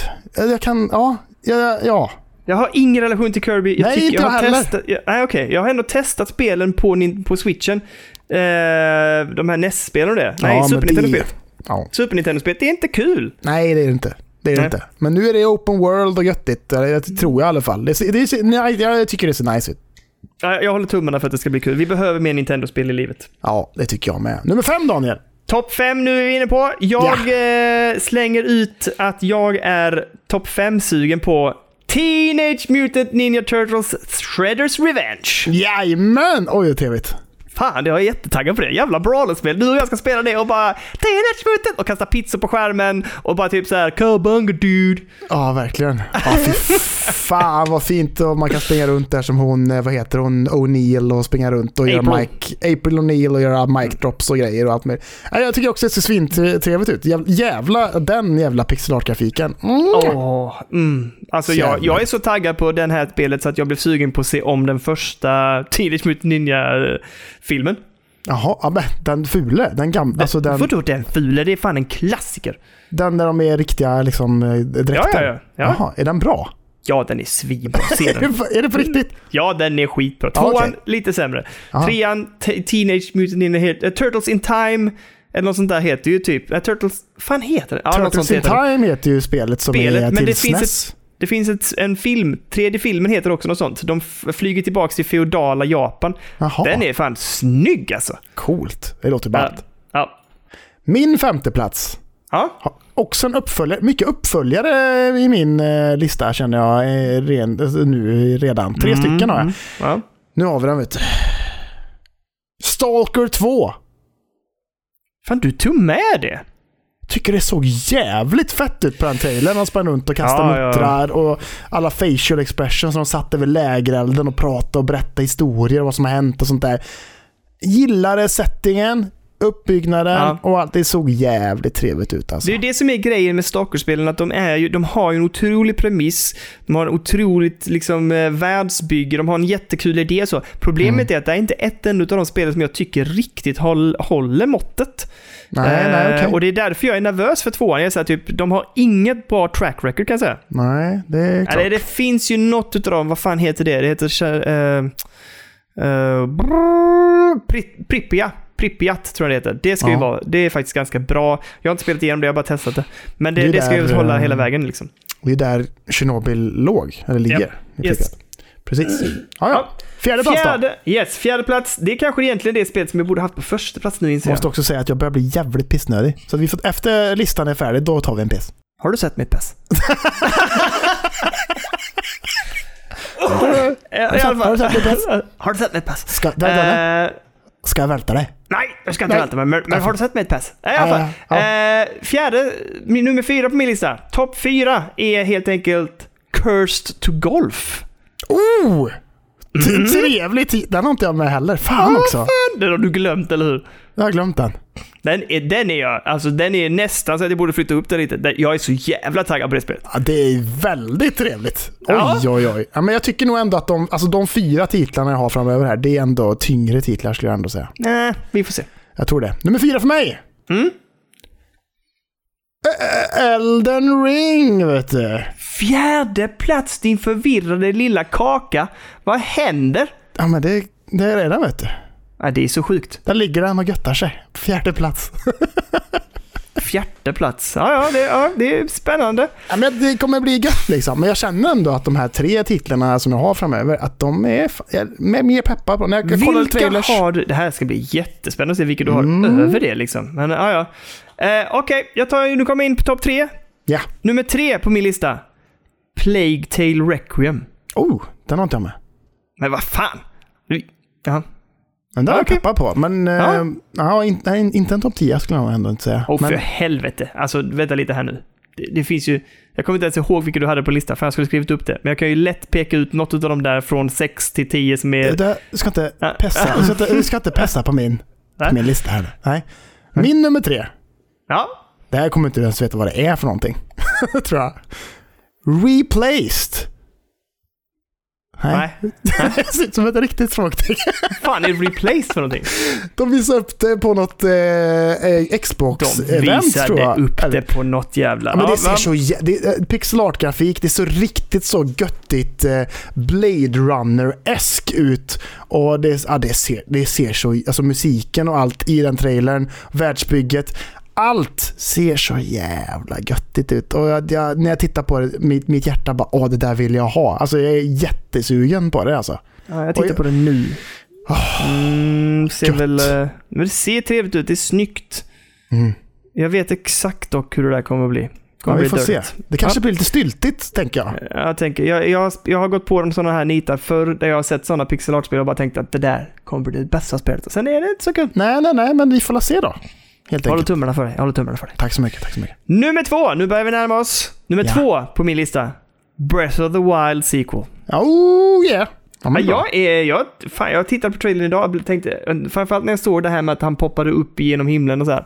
Jag har ingen relation till Kirby.
Jag
har jag har ändå testat spelen på Switchen. De här NES-spelen och det. Nej, Super Nintendo-spel.
Ja.
Super Nintendo-spel, det är inte kul.
Nej, det är det inte. Det är det inte. Men nu är det open world och göttigt. Jag tror jag i alla fall. Jag tycker det ser nice ut.
Jag håller tummarna för att det ska bli kul. Vi behöver mer Nintendo-spel i livet.
Ja, det tycker jag med. Nummer 5, Daniel.
Topp 5 nu är vi inne på. Jag slänger ut att jag är topp 5-sugen på Teenage Mutant Ninja Turtles Shredder's Revenge.
Jajamän! Oj, det är trevligt.
Fan, jag är jättetaggad på det. Jävla brawlerspel. Du och jag ska spela det och bara Teenage Mutant och kasta pizza på skärmen och bara typ så här cowbunga dude.
Ja, verkligen. Fy fan vad fint och man kan springa runt där som hon, vad heter hon, O'Neill och springa runt och göra April O'Neill och göra mic drops och grejer och allt mer. Jag tycker också att det ser svint-trevligt ut. Den jävla pixelartgrafiken.
Alltså jag är så taggad på den här spelet så att jag blev sugen på att se om den första Teenage Mutant Ninja-filmen.
Jaha, men den fule, den gamla. Alltså
Vadå den fule? Det är fan en klassiker.
Den där de är riktiga liksom dräkter.
Ja.
Jaha, är den bra?
Ja, den är svinbra.
Är det på riktigt?
Ja, den är skitbra. 2:an, lite sämre. 3:an, Teenage Mutant Ninja Turtles in Time, eller något sånt där heter ju typ. Turtles, fan heter det? Ja,
Turtles in Time heter ju spelet som är
men
till SNES.
Det finns en film, 3D filmen heter också något sånt. De flyger tillbaka till feodala Japan.
Jaha.
Den är fan snygg alltså.
Coolt, det låter ballt.
Ja.
Min 5:e plats.
Ja.
Också en uppföljare, mycket uppföljare i min lista känner jag nu redan. 3 stycken har jag.
Ja.
Nu har vi den, vet du. Stalker 2.
Fan, du tog med det.
Tycker det såg jävligt fett ut på den trailern. Han sprang runt och kastade muttrar och alla facial expressions som de satt över lägerelden och pratade och berättade historier om vad som har hänt och sånt där. Gillade settingen. uppbyggnaden och allt, det såg jävligt trevligt ut alltså.
Det är det som är grejen med Stalker-spelen, att de har ju en otrolig premiss, de har en otroligt liksom världsbygge, de har en jättekul idé så. Problemet är att det är inte ett enda av de spelen som jag tycker riktigt håller måttet.
Nej, okay.
Och det är därför jag är nervös för tvåan. Jag säger typ, de har inget bra track record kan jag säga.
Nej, det är klart.
Eller det finns ju något utav dem, vad fan heter det? Det heter Pripyat tror jag det heter. Det ska ju vara, det är faktiskt ganska bra. Jag har inte spelat igenom det, jag har bara testat det. Men det ska ju hålla hela vägen liksom.
Det är där Chernobyl låg, eller ligger.
Yes.
Precis. Ja. Fjärde plats då?
Fjärde plats. Det är kanske egentligen det spelet som jag borde haft på första plats nu, inser jag.
Måste också säga att jag börjar bli jävligt pissnödig. Så att vi får, efter listan är färdig, då tar vi en piss.
Har du sett mitt piss? Har du sett mitt pass?
Ska jag välta dig?
Nej, jag ska inte välta mig. Men har du sett mitt pass? I alla fall. Nummer 4 på min lista. Topp 4 är helt enkelt Cursed to Golf.
Oh! Trevligt. Den har inte jag med heller. Fan också.
Fan, den har du glömt, eller hur?
Jag har glömt den.
Den är nästan så att jag borde flytta upp den lite. Jag är så jävla taggad på det spelet.
Ja, det är väldigt trevligt. Oj. Ja, men jag tycker nog ändå att de 4 titlarna jag har framöver här, det är ändå tyngre titlar skulle jag ändå säga.
Nej, vi får se.
Jag tror det. Nummer 4 för mig. Elden Ring, vet du.
Fjärde plats, din förvirrade lilla kaka. Vad händer?
Ja, men det är redan, vet du.
Ja, det är så sjukt.
Där ligger den och göttar sig. Fjärde plats.
Fjärde plats. Ja, det är spännande.
Ja, men det kommer bli gött liksom. Men jag känner ändå att de här 3 titlarna som jag har framöver, att de är mer peppar på. När jag kollar trailers.
Har du? Det här ska bli jättespännande att se vilka du har över det liksom. Men okej, nu kommer jag in på topp 3.
Ja.
Nummer 3 på min lista. Plague Tale Requiem.
Oh, den har inte jag med.
Men vad fan? Ja.
Men det är jag peppar på. Men inte en topp 10 skulle jag ändå inte säga.
För helvete. Alltså, vänta lite här nu. Det finns ju... Jag kommer inte ens ihåg vilka du hade på listan, för jag skulle skrivit upp det. Men jag kan ju lätt peka ut något av dem där från 6 till 10 som är...
Du ska inte pessa. Du ska inte pessa på min lista här. Nej. Min nummer 3. Ja. Det här kommer inte ens veta vad det är för någonting. Tror jag. Replaced. Nej. Det ser ut som ett riktigt frågetecken.
Fan är Replaced för någonting?
De visade upp det på något Xbox-event, tror jag.
De visade upp det på något jävla...
Ja, men det ser så... Pixel art-grafik, det är så riktigt så göttigt Blade Runner-esk ut. Och det ser så... Alltså musiken och allt i den trailern, världsbygget... Allt ser så jävla göttigt ut. Och när jag tittar på det, mitt hjärta bara, det där vill jag ha. Alltså jag är jättesugen på det alltså.
Ja, jag tittar på det nu. Ser väl, men det ser trevligt ut, det är snyggt. Jag vet exakt dock hur det där kommer att bli.
Vi får se. Det kanske blir lite styltigt, tänker jag.
Jag har gått på de sådana här nitar förr, där jag har sett sådana pixel art-spel och bara tänkt att det där kommer bli det bästa spelet. Och sen är det inte så kul. Nej, men vi får se då. Jag håller tummarna för dig.
Tack så mycket.
Nummer 2, nu börjar vi närma oss. Nummer 2 på min lista. Breath of the Wild sequel.
Oh yeah.
Jag tittade på trailern idag och tänkte, framförallt när jag såg det här med att han poppade upp genom himlen och så här.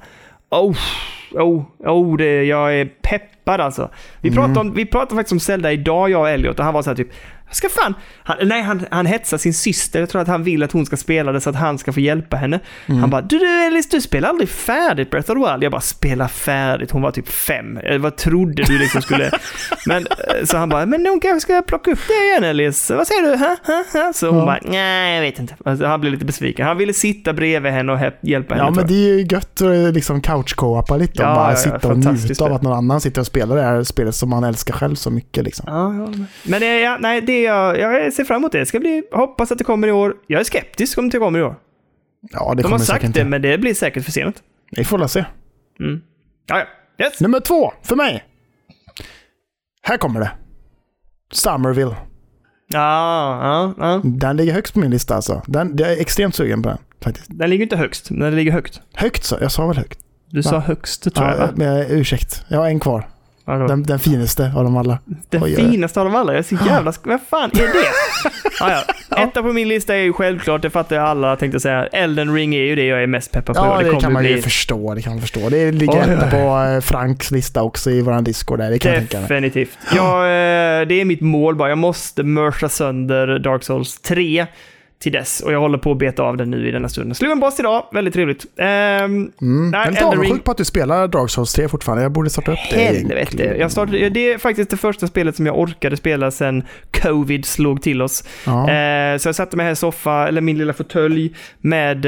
Jag är peppad alltså. Vi pratade faktiskt om Zelda idag, jag och Elliot, och han var så här typ, han hetsar sin syster. Jag tror att han vill att hon ska spela det så att han ska få hjälpa henne. Han bara, du spelar aldrig färdigt Breath of the Wild. Jag bara, spela färdigt. Hon var typ 5. Vad trodde du liksom skulle... Men så han bara, men hon kanske ska plocka upp det igen, Elis. Vad säger du? Så hon bara, nej, jag vet inte. Alltså, han blev lite besviken. Han ville sitta bredvid henne och hjälpa henne.
Ja, men det är ju gött att liksom couch-co-apa lite och bara sitta och njuta av att någon annan sitter och spelar det här spelet som man älskar själv så mycket liksom.
Men jag ser fram emot det. Det ska bli, hoppas att det kommer i år. Jag är skeptisk om det kommer i år.
Ja, det
de har sagt det, men det blir säkert för sent.
Vi får se.
Yes.
Nummer 2 för mig. Här kommer det. Somerville.
Ja.
Den ligger högst på min lista alltså. Jag är extremt sugen på den faktiskt.
Den ligger inte högst, men den ligger högt.
Högt så, jag sa väl högt.
Du sa högst, tror jag.
Men ursäkt, jag har en kvar. Den finaste av dem alla.
Den finaste av dem alla? Jag är så jävla... Vad fan är det? Etta på min lista är ju självklart, det fattar jag alla, tänkte säga. Elden Ring är ju det jag är mest peppad på.
Ja, det kan man ju förstå. Det ligger etta på Franks lista också i våran Discord där. Det kan jag tänka mig.
Definitivt. Det är mitt mål bara. Jag måste mörsa sönder Dark Souls 3 till dess. Och jag håller på att beta av den nu i denna stunden. Slog en boss idag. Väldigt trevligt.
Jag är avundsjuk på att du spelar Dark Souls 3 fortfarande. Jag borde starta upp det.
Helvete. Det är faktiskt det första spelet som jag orkade spela sen COVID slog till oss. Så jag satte mig här i soffa, eller min lilla fåtölj med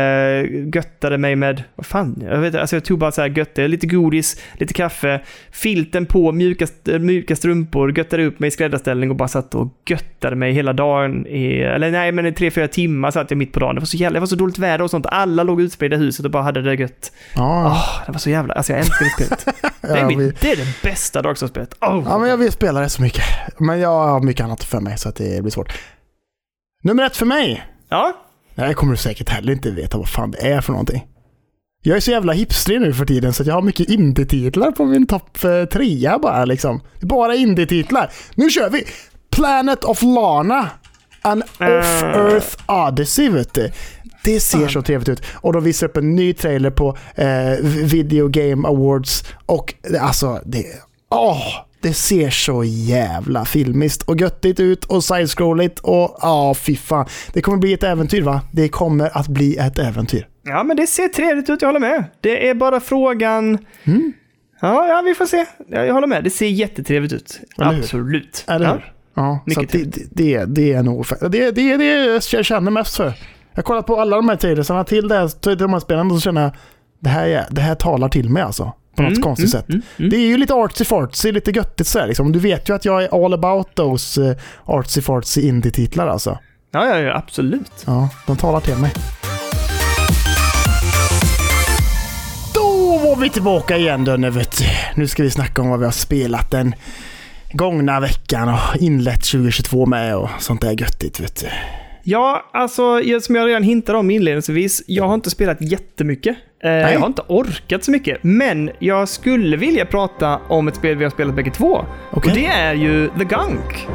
göttade mig med, vad fan, jag tog bara så här götte, lite godis, lite kaffe, filten på, mjuka strumpor, göttade upp mig i skräddarställning och bara satt och göttade mig hela dagen 3-4 timmar satt jag mitt på dagen. Det var så dåligt väder och sånt. Alla låg utspridda i huset och bara hade det gött. Det var så jävla... Alltså jag älskar det spelet. Det är det bästa Dark Souls-spelet.
Ja, men jag vill spela det så mycket. Men jag har mycket annat för mig så att det blir svårt. Nummer 1 för mig.
Ja.
Jag kommer säkert heller inte veta vad fan det är för någonting. Jag är så jävla hipstrig nu för tiden så att jag har mycket indie-titlar på min topp 3 bara liksom. Bara indie-titlar. Nu kör vi! Planet of Lana. An Off-Earth Odyssey, vet du. Det ser så trevligt ut. Och de visar upp en ny trailer på Video Game Awards. Och alltså, det ser så jävla filmiskt och göttigt ut och side-scrolligt. Och fy fan. Det kommer bli ett äventyr, va? Det kommer att bli ett äventyr.
Ja, men det ser trevligt ut, jag håller med. Det är bara frågan... Ja, vi får se. Jag håller med. Det ser jättetrevligt ut. Absolut.
Eller hur? Ja, så det är nog det jag känner mest för. Jag har kollat på alla de här trailersarna till de här spelen och så känner jag det här talar till mig alltså på något konstigt sätt. Det är ju lite artsy-fartsy, lite göttigt så här, liksom. Du vet ju att jag är all about those artsy-fartsy indie-titlar alltså.
Ja, absolut.
Ja, de talar till mig. Då var vi tillbaka igen då, nu ska vi snacka om vad vi har spelat den gångna veckan och inlett 2022 med och sånt där göttigt, vet du.
Ja, alltså som jag redan hintade om inledningsvis, jag har inte spelat jättemycket. Jag har inte orkat så mycket, men jag skulle vilja prata om ett spel vi har spelat bägge två. Okay. Och det är ju The Gunk.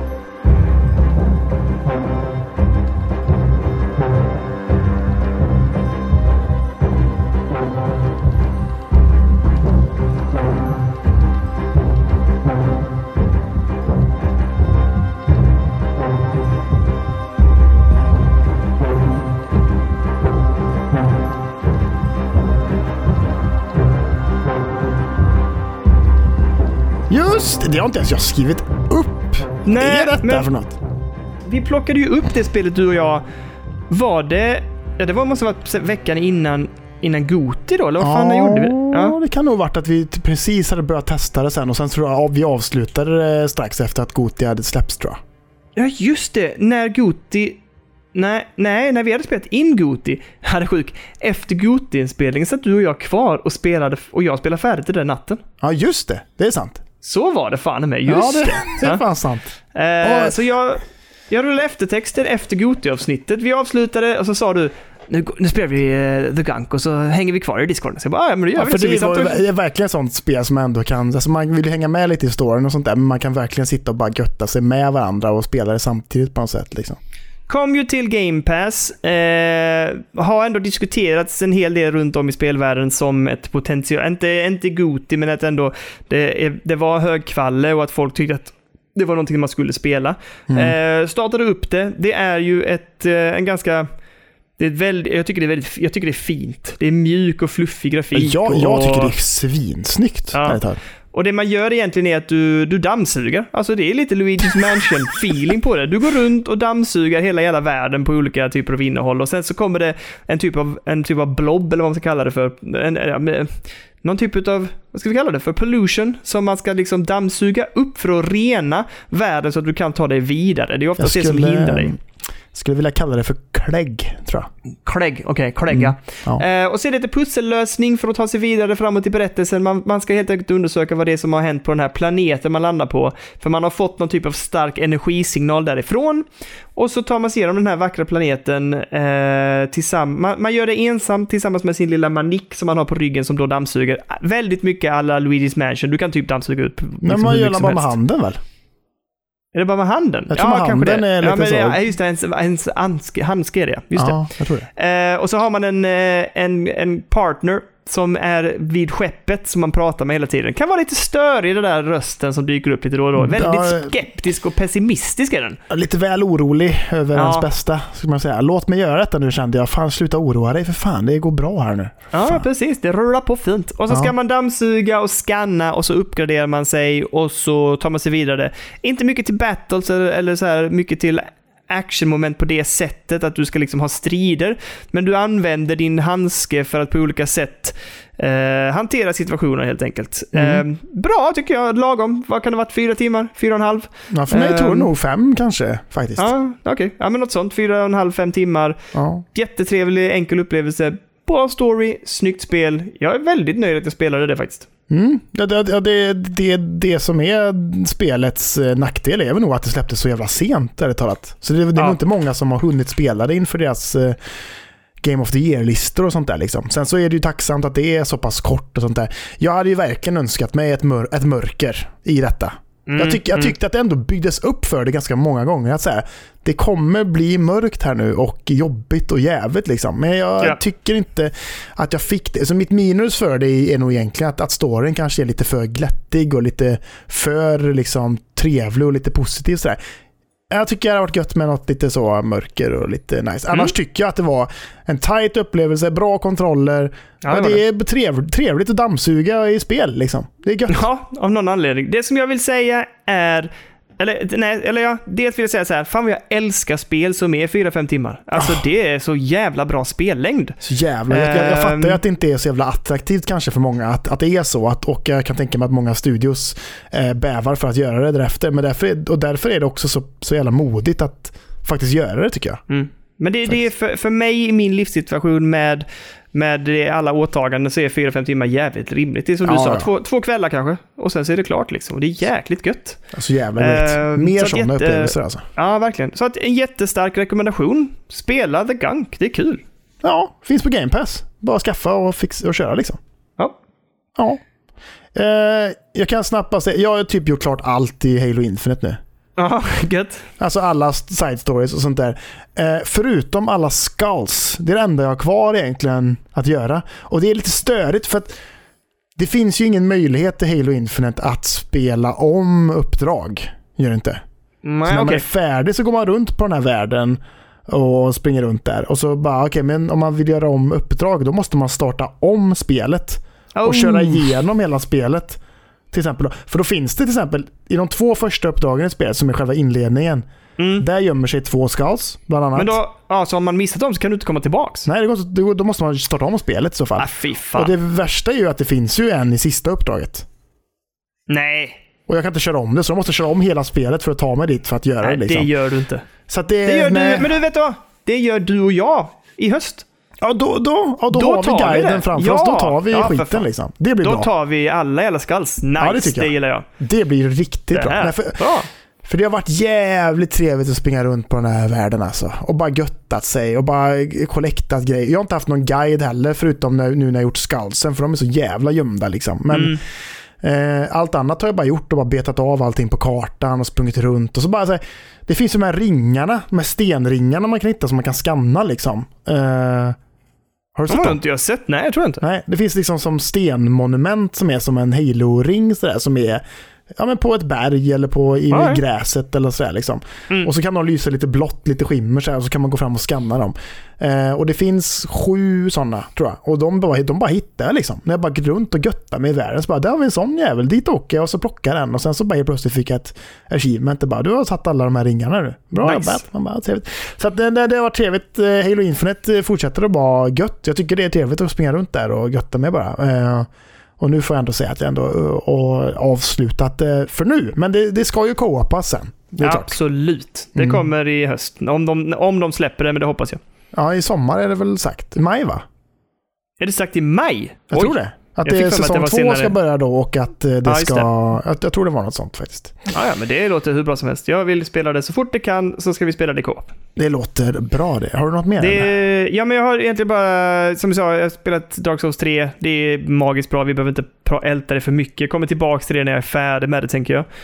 Just det har inte ens jag skrivit upp.
Nej,
är detta för något?
Vi plockade ju upp det spelet du och jag. Var det... Ja, det måste ha varit veckan innan Goti då, eller vad fan gjorde vi?
Ja, det kan nog varit att vi precis hade börjat testa det sen och sen tror jag vi avslutade det strax efter att Goti hade släppts, tror jag.
Ja, just det. När Goti... Nej, när vi hade spelat in Goti, hade sjuk. Efter Goti-inspelningen satt du och jag kvar och spelade, och jag spelade färdigt den natten.
Ja, just det. Det är sant.
Så var det fan med, just
det är fan sant.
Så jag rullade eftertexten efter Goti-avsnittet. Vi avslutade och så sa du, nu spelar vi The Gunk och så hänger vi kvar i Discord. Så jag bara, men det gör vi.
För det är verkligen sånt spel som ändå kan, alltså man vill hänga med lite i storyn och sånt där, men man kan verkligen sitta och bara götta sig med varandra och spela det samtidigt på något sätt liksom.
Kom ju till Game Pass, har ändå diskuterats en hel del runt om i spelvärlden som ett potential, inte Goti, men att ändå det var hög kvalle och att folk tyckte att det var någonting man skulle spela. Startade upp det är ju en ganska... jag tycker det är fint. Det är mjuk och fluffig grafik.
Jag tycker det är svinsnyggt.
Ja. Och det man gör egentligen är att du dammsuger. Alltså det är lite Luigi's Mansion-feeling på det. Du går runt och dammsuger hela jävla världen på olika typer av innehåll. Och sen så kommer det en typ av blob, eller vad man ska kalla det för. Någon typ av, vad ska vi kalla det för? Pollution. Som man ska liksom dammsuga upp för att rena världen så att du kan ta dig vidare. Det är ofta det som hindrar dig.
skulle vilja kalla det för klägg, tror jag.
Klägg, okej, klägga.
Ja.
Och så är det lite pussellösning för att ta sig vidare framåt i berättelsen. Man ska helt enkelt undersöka vad det är som har hänt på den här planeten man landar på. För man har fått någon typ av stark energisignal därifrån. Och så tar man sig igenom den här vackra planeten tillsammans. Man gör det ensam tillsammans med sin lilla manik som man har på ryggen som då dammsuger. Väldigt mycket alla Luigi's Mansion. Du kan typ dammsuga upp.
Men man gör det bara med handen väl?
Är det bara med handen?
Jag tror med handen det. Är lite så.
Ja, just det, ens handske är det. Just
det. Jag tror det.
Och så har man en partner som är vid skeppet som man pratar med hela tiden. Kan vara lite störig, den där rösten som dyker upp lite då och då. Väldigt skeptisk och pessimistisk är den.
Lite väl orolig över ens bästa, ska man säga. Låt mig göra detta nu, kände jag. Fan, sluta oroa dig för fan. Det går bra här nu.
Ja, precis. Det rullar på fint. Och så ska man dammsuga och scanna och så uppgraderar man sig och så tar man sig vidare. Inte mycket till battles eller så här mycket till actionmoment på det sättet att du ska liksom ha strider, men du använder din handske för att på olika sätt hantera situationer helt enkelt. Bra tycker jag, lagom. Vad kan det ha varit? 4 timmar? 4,5?
Ja, för mig tror jag nog 5 kanske faktiskt.
Ja, okej. Ja, men något sånt. 4,5-5 timmar. Ja. Jättetrevlig, enkel upplevelse. Bra story, snyggt spel. Jag är väldigt nöjd att jag spelade det faktiskt. Det som är spelets nackdel är väl nog att det släpptes så jävla sent, där det talat. Så det är nog inte många som har hunnit spela det inför deras Game of the Year-listor och sånt där liksom. Sen så är det ju tacksamt att det är så pass kort och sånt där. Jag hade ju verkligen önskat mig ett mörker i detta. Jag tyckte att det ändå byggdes upp för det ganska många gånger. Att säga, det kommer bli mörkt här nu och jobbigt och jävligt liksom. Men jag tycker inte att jag fick det. Så mitt minus för det är nog egentligen att storyn kanske är lite för glättig och lite för liksom trevlig och lite positiv sådär. Jag tycker det har varit gött med något lite så mörker och lite nice. Annars tycker jag att det var en tight upplevelse, bra kontroller. Ja, det är trevligt att dammsuga i spel liksom. Det är gött. Ja, av någon anledning. Det som jag vill säga är dels vill jag säga så här, fan vad jag älskar spel som är 4-5 timmar. Alltså det är så jävla bra spellängd.
Så jävla. Jag fattar ju att det inte är så jävla attraktivt kanske för många att det är så och jag kan tänka mig att många studios bävar för att göra det därefter, men därför är det också så jävla modigt att faktiskt göra det, tycker jag.
Men det är för mig i min livssituation med alla åtaganden så är 4-5 timmar jävligt rimligt. Det är som du sa, 2 kvällar kanske. Och sen så är det klart liksom. Och det är jäkligt gött.
Alltså jävla gött. Mer sådana upplevelser alltså.
Ja, verkligen. Så att en jättestark rekommendation. Spela The Gunk. Det är kul.
Ja, finns på Game Pass. Bara skaffa och köra liksom. Ja. Jag kan snabbt bara säga, jag har typ gjort klart allt i Halo Infinite nu.
Ja, gött.
Alltså alla side stories och sånt där. Förutom alla skulls. Det är det enda jag har kvar egentligen att göra. Och det är lite störigt för att det finns ju ingen möjlighet i Halo Infinite att spela om uppdrag. Gör det inte.
Nej,
så när man är färdig så går man runt på den här världen och springer runt där. Och så bara, okej, men om man vill göra om uppdrag då måste man starta om spelet. Och köra igenom hela spelet. Till exempel då. För då finns det till exempel i de 2 första uppdragen i spelet som är själva inledningen. Där gömmer sig 2 scouts bland annat.
Men då, så om man missat dem så kan du inte komma tillbaks?
Nej, då måste man starta om spelet i så fall.
Fy fan.
Och det värsta är ju att det finns ju en i sista uppdraget.
Nej.
Och jag kan inte köra om det, så jag måste köra om hela spelet för att ta mig dit för att göra det liksom.
Det gör du inte.
Så att
det gör du, men du vet vad? Det gör du och jag i höst.
Ja, då har vi guiden framför oss. Då tar vi skiten liksom. Det blir bra.
Då tar vi alla jävla skalls. Nice, det gillar jag.
Det blir riktigt bra. Nej, för det har varit jävligt trevligt att springa runt på den här världen alltså. Och bara göttat sig och bara kollektat grejer. Jag har inte haft någon guide heller förutom nu när jag gjort skallsen, för de är så jävla gömda liksom. Men allt annat har jag bara gjort och bara betat av allting på kartan och sprungit runt. Och så bara så här, det finns ju de här ringarna, med stenringarna man kan hitta som man kan scanna liksom. Har du sett
dem? Jag sett? Nej, jag tror inte.
Nej, det finns liksom som stenmonument som är som en Halo-ring sådär, som är men på ett berg eller i gräset eller sådär liksom. Och så kan de lysa lite blått, lite skimmer sådär, och så kan man gå fram och scanna dem. Och det finns 7 sådana tror jag. Och de bara hittar liksom. När jag bara går runt och göttar mig i världen så bara, där har vi en sån jävel, dit åker jag och så plockar den. Och sen så bara plötsligt fick jag ett achievement och bara, du har satt alla de här ringarna nu. Bra jobbat. Man bara, trevligt. Så att det var trevligt. Halo Infinite fortsätter att vara gött. Jag tycker det är trevligt att springa runt där och götta mig bara. Och nu får jag ändå säga att jag ändå avslutat för nu. Men det ska ju co-opas sen. Det är klart.
Absolut. Det kommer i höst. Om de släpper det, men det hoppas jag.
Ja, i sommar är det väl sagt. I maj, va?
Är det sagt i maj?
Jag tror det. Att det är säsong 2 ska börja då och att det ska... Jag tror det var något sånt faktiskt.
Ja, men det låter hur bra som helst. Jag vill spela det så fort det kan, så ska vi spela det co-op.
Det låter bra det. Har du något mer?
Ja, men jag har egentligen bara, som jag sa, jag har spelat Dark Souls 3. Det är magiskt bra. Vi behöver inte älta det för mycket. Jag kommer tillbaka till det när jag är färdig med det, tänker jag.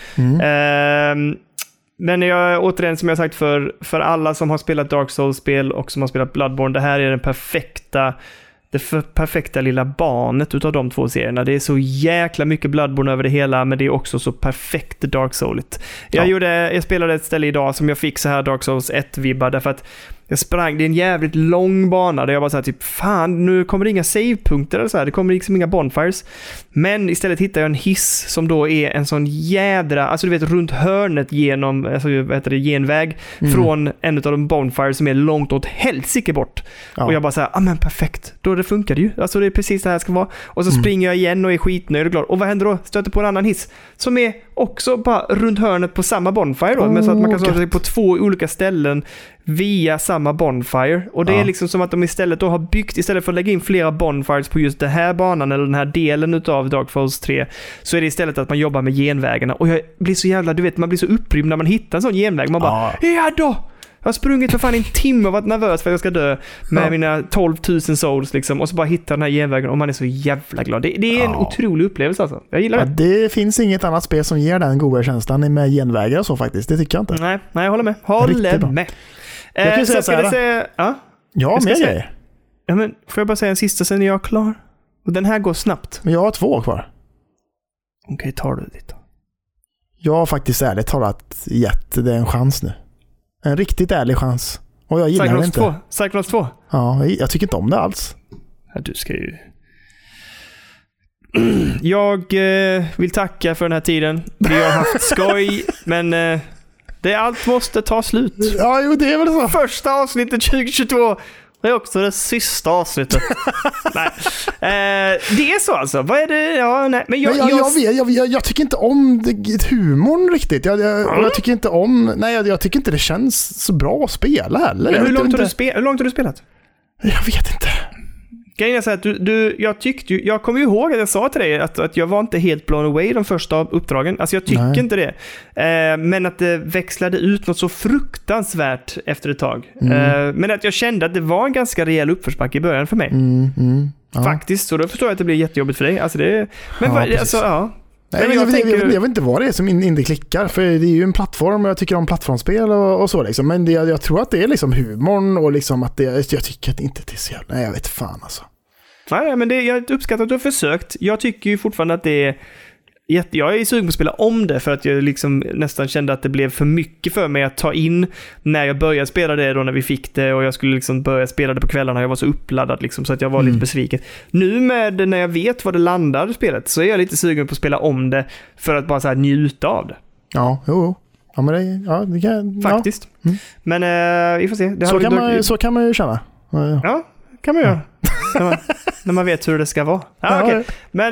Men jag återigen, som jag sagt, för alla som har spelat Dark Souls-spel och som har spelat Bloodborne, det här är det perfekta lilla barnet utav de två serierna. Det är så jäkla mycket Bloodborne över det hela, men det är också så perfekt Dark Souls. Jag spelade ett ställe idag som jag fick så här Dark Souls 1-vibbar, därför att jag sprang, det är en jävligt lång bana där jag bara så här typ, fan, nu kommer det inga savepunkter eller så här, det kommer liksom inga bonfires. Men istället hittar jag en hiss som då är en sån jädra, alltså du vet, runt hörnet genom, alltså vad heter det, genväg från en av de bonfires som är långt åt helsike bort. Ja. Och jag bara så här, men perfekt, då det funkar det ju. Alltså det är precis det här ska vara. Och så springer jag igen och är skitnöjd och glad. Och vad händer då? Stöter på en annan hiss som är också bara runt hörnet på samma bonfire då, men så att man kan sätta sig på 2 olika ställen via samma bonfire. Och det är liksom som att de istället då har byggt, istället för att lägga in flera bonfires på just den här banan eller den här delen utav Dark Souls 3, så är det istället att man jobbar med genvägarna. Och jag blir så jävla, du vet, man blir så upprymd när man hittar en sån genväg. Man bara, ja då! Jag har sprungit för fan en timme och varit nervös för att jag ska dö med mina 12 000 souls liksom, och så bara hitta den här genvägen och man är så jävla glad. Det är en otrolig upplevelse alltså. Jag gillar det.
Det finns inget annat spel som ger den goda känslan med genvägar och så faktiskt. Det tycker jag inte.
Nej, jag håller med. Håller med.
Jag kan säga så här. Ja, med grejer.
Ja, men får jag bara säga en sista, sen är jag klar. Och den här går snabbt.
Men jag har 2 kvar.
Okej, tar du det då?
Jag har faktiskt ärligt talat gett det en chans nu. En riktigt ärlig chans. Och jag gillar det inte.
Psychonauts 2?
Ja, jag tycker inte om det alls.
Ja, du ska ju... Jag vill tacka för den här tiden. Vi har haft skoj, men allt måste ta slut.
Ja, jo, det är väl så.
Första avsnittet 2022. Det är också det sista avsnittet. Nej. Det är så alltså. Vad är det? Ja, nej. Men
jag tycker inte om humorn riktigt. Jag tycker inte om... Nej, jag tycker inte det känns så bra att spela heller.
Men hur långt har du spelat?
Jag vet inte.
Grejen är så att jag kommer ju ihåg att jag sa till dig att jag var inte helt blown away de första uppdragen. Alltså jag tycker inte det. Men att det växlade ut något så fruktansvärt efter ett tag. Men att jag kände att det var en ganska rejäl uppförsbacke i början för mig. Faktiskt, så då förstår jag att det blir jättejobbigt för dig. Alltså det... Men
Nej, jag vet inte vad det är som inte klickar, för det är ju en plattform och jag tycker om plattformsspel och så liksom. Men jag tror att det är liksom humorn och liksom att jag tycker att inte det är så jävla... Nej, jag vet fan alltså.
Nej, men jag uppskattar att du har försökt. Jag tycker ju fortfarande att det är... Jag är sugen på att spela om det för att jag liksom nästan kände att det blev för mycket för mig att ta in när jag började spela det då när vi fick det, och jag skulle liksom börja spela det på kvällarna. Jag var så uppladdad liksom, så att jag var lite besviken. Nu med när jag vet vad det landar i spelet, så är jag lite sugen på att spela om det för att bara så här njuta av det.
Ja, jo. Ja, men det kan...
Faktiskt. Ja. Men vi får se.
Så kan man ju känna.
Ja, kan man göra. När man vet hur det ska vara. Ja, okej. Men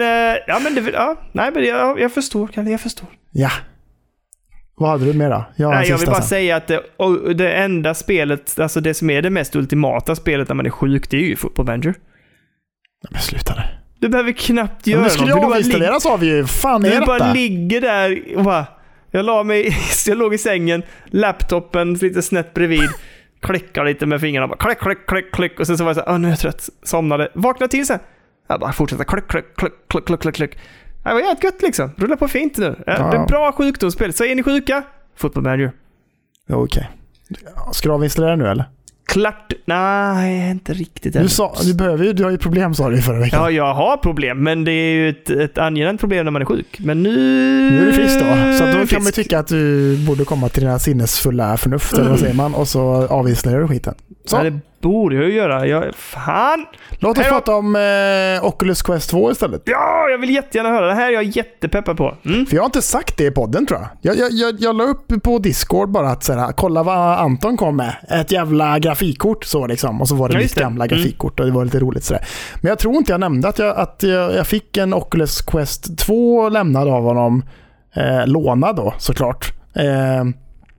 jag förstår, Kalle, jag förstår.
Ja. Vad hade du med då?
Jag vill bara säga att det enda spelet, alltså det som är det mest ultimata spelet när man är sjuk, det är ju Football Manager.
Men sluta det.
Du behöver knappt göra något.
Men det skulle avinstalleras av ju. Fan är
detta? Du bara
detta?
ligger där och bara... Jag låg i sängen, laptopen lite snett bredvid. Klickar lite med fingrarna, bara klick, klick, klick, klick, och sen så var jag så här, nu är jag trött, somnade, vaknade till sen. Jag bara fortsätter klick, klick, klick, klick, klick, klick, klick. Det var jävligt gött liksom, rulla på fint nu. Det är bra sjukdomsspel, så är ni sjuka? Football Manager.
Okej. Ska du avinstallera nu eller?
Klart, nej, inte riktigt.
Du har ju problem, sa du förra veckan.
Ja, jag har problem, men det är ju ett angenämt problem när man är sjuk. Men nu
är du frisk då. Så då kan man tycka att du borde komma till dina sinnesfulla förnuft, eller vad säger man, och så avinstallerar du skiten. Så.
Ja, det borde jag göra. Fan!
Låt oss prata om Oculus Quest 2 istället.
Ja, jag vill jättegärna höra. Det här är jag jättepeppad på.
För jag har inte sagt det i podden, tror jag. Jag la upp på Discord bara att såhär, kolla vad Anton kom med. Ett jävla grafikkort så liksom. Och så var det mitt gamla grafikkort och det var lite roligt sådär. Men jag tror inte jag nämnde att jag fick en Oculus Quest 2 lämnad av honom. Lånad då, såklart.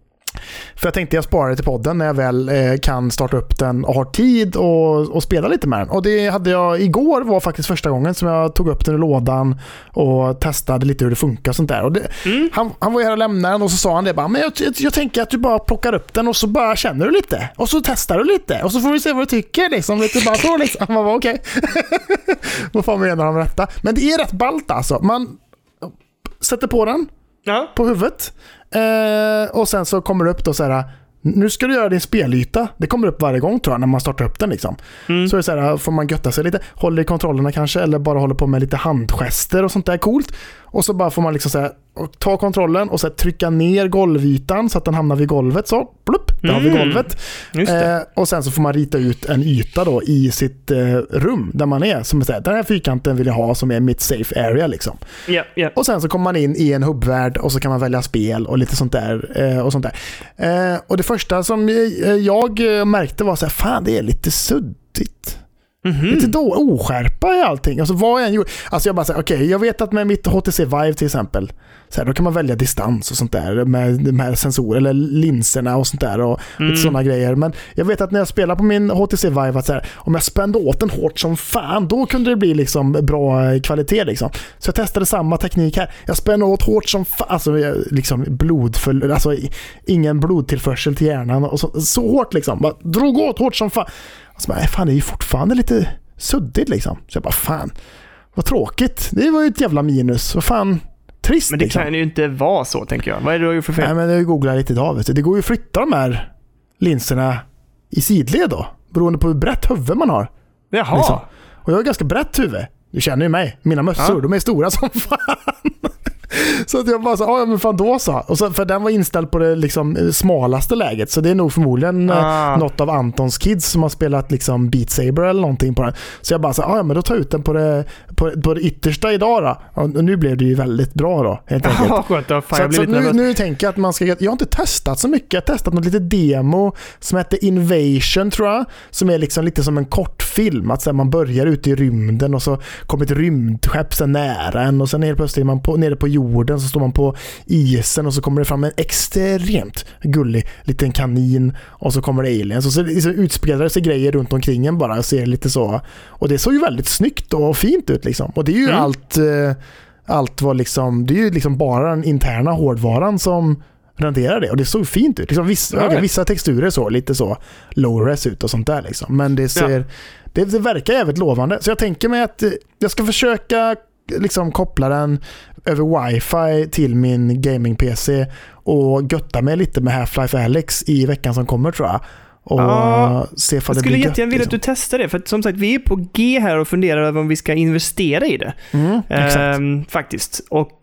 För jag tänkte jag sparar det till podden när jag väl kan starta upp den och har tid och spela lite med den. Och det hade jag igår, var faktiskt första gången som jag tog upp den i lådan och testade lite hur det funkar och sånt där. Och han var ju här och lämnade den och så sa han det bara, men jag tänker att du bara plockar upp den och så bara känner du lite. Och så testar du lite. Och så får vi se vad du tycker liksom. Lite bara så liksom. Man var okej. Vad fan menar han med detta? Men det är rätt ballt alltså. Man sätter på den på huvudet. Och sen så kommer det upp då så här, nu ska du göra din spelyta. Det kommer upp varje gång tror jag när man startar upp den liksom. Så är det så här, får man götta sig lite, håller i kontrollerna kanske eller bara håller på med lite handgester och sånt där coolt. Och så bara får man liksom så här, ta kontrollen och så här, trycka ner golvytan så att den hamnar vid golvet så plupp, där har vi golvet. Och sen så får man rita ut en yta då i sitt rum där man är, som säger, den här fyrkanten vill jag ha som är mitt safe area liksom. Och sen så kommer man in i en hubbvärld och så kan man välja spel och lite sånt där och sånt där. Och det första som jag märkte var så här, fan det är lite suddigt. Lite då oskärpa i allting. Alltså vad jag gjorde. Alltså jag bara säger okej, jag vet att med mitt HTC Vive till exempel så här, då kan man välja distans och sånt där med de här sensorer eller linserna och sånt där och lite såna grejer. Men jag vet att när jag spelar på min HTC Vive att så här, om jag spände åt den hårt som fan, då kunde det bli liksom bra kvalitet liksom. Så jag testade samma teknik här. Jag spände åt hårt som fan, alltså liksom alltså ingen blodtillförsel till hjärnan och så hårt liksom. Bara drog åt hårt som fan. Så bara, fan det är ju fortfarande lite suddigt liksom. Så jag bara, fan, vad tråkigt. Det var ju ett jävla minus. Vad fan, trist.
Men det
liksom.
kan ju inte vara så, tänker jag. Vad är det du har gjort för fel?
Nej, men jag googlar lite idag, vet du. Det går ju att flytta de här linserna i sidled då. Beroende på hur brett huvud man har.
Jaha.
Liksom. Och jag har ganska brett huvud. Du känner ju mig. Mina mössor, de är stora som fan. Så att jag bara sa, ja men fan då så. Och så, för den var inställd på det liksom smalaste läget. Så det är nog förmodligen något av Antons kids som har spelat liksom Beat Saber eller någonting på den. Så jag bara sa, ja men då tar jag ut den på det yttersta idag då. Och nu blev det ju väldigt bra då. Helt enkelt.
Ja, skönt. Fan,
så nu tänker jag att man ska... Jag har inte testat så mycket. Jag har testat något litet demo som heter Invasion tror jag. Som är liksom lite som en kortfilm. Att så här, man börjar ute i rymden och så kommer ett rymdskepp så nära en och sen är det plötsligt man nere på jorden så står man på isen och så kommer det fram en extremt gullig liten kanin och så kommer det aliens och så utspelar sig grejer runt omkring en bara och ser lite så. Och det såg ju väldigt snyggt och fint ut liksom. Och det är ju allt var liksom, det är ju liksom bara den interna hårdvaran som renderar det och det såg fint ut. Liksom vissa texturer så lite så low-res ut och sånt där liksom. Men det ser det verkar jävligt lovande. Så jag tänker mig att jag ska försöka liksom koppla den över wifi till min gaming-PC och götta mig lite med Half-Life Alyx i veckan som kommer tror jag. Och se ifall det blir gött. Jag skulle
jättegärna vilja att du testar det, för att, som sagt, vi är på G här och funderar över om vi ska investera i det.
Exakt.
Faktiskt. Och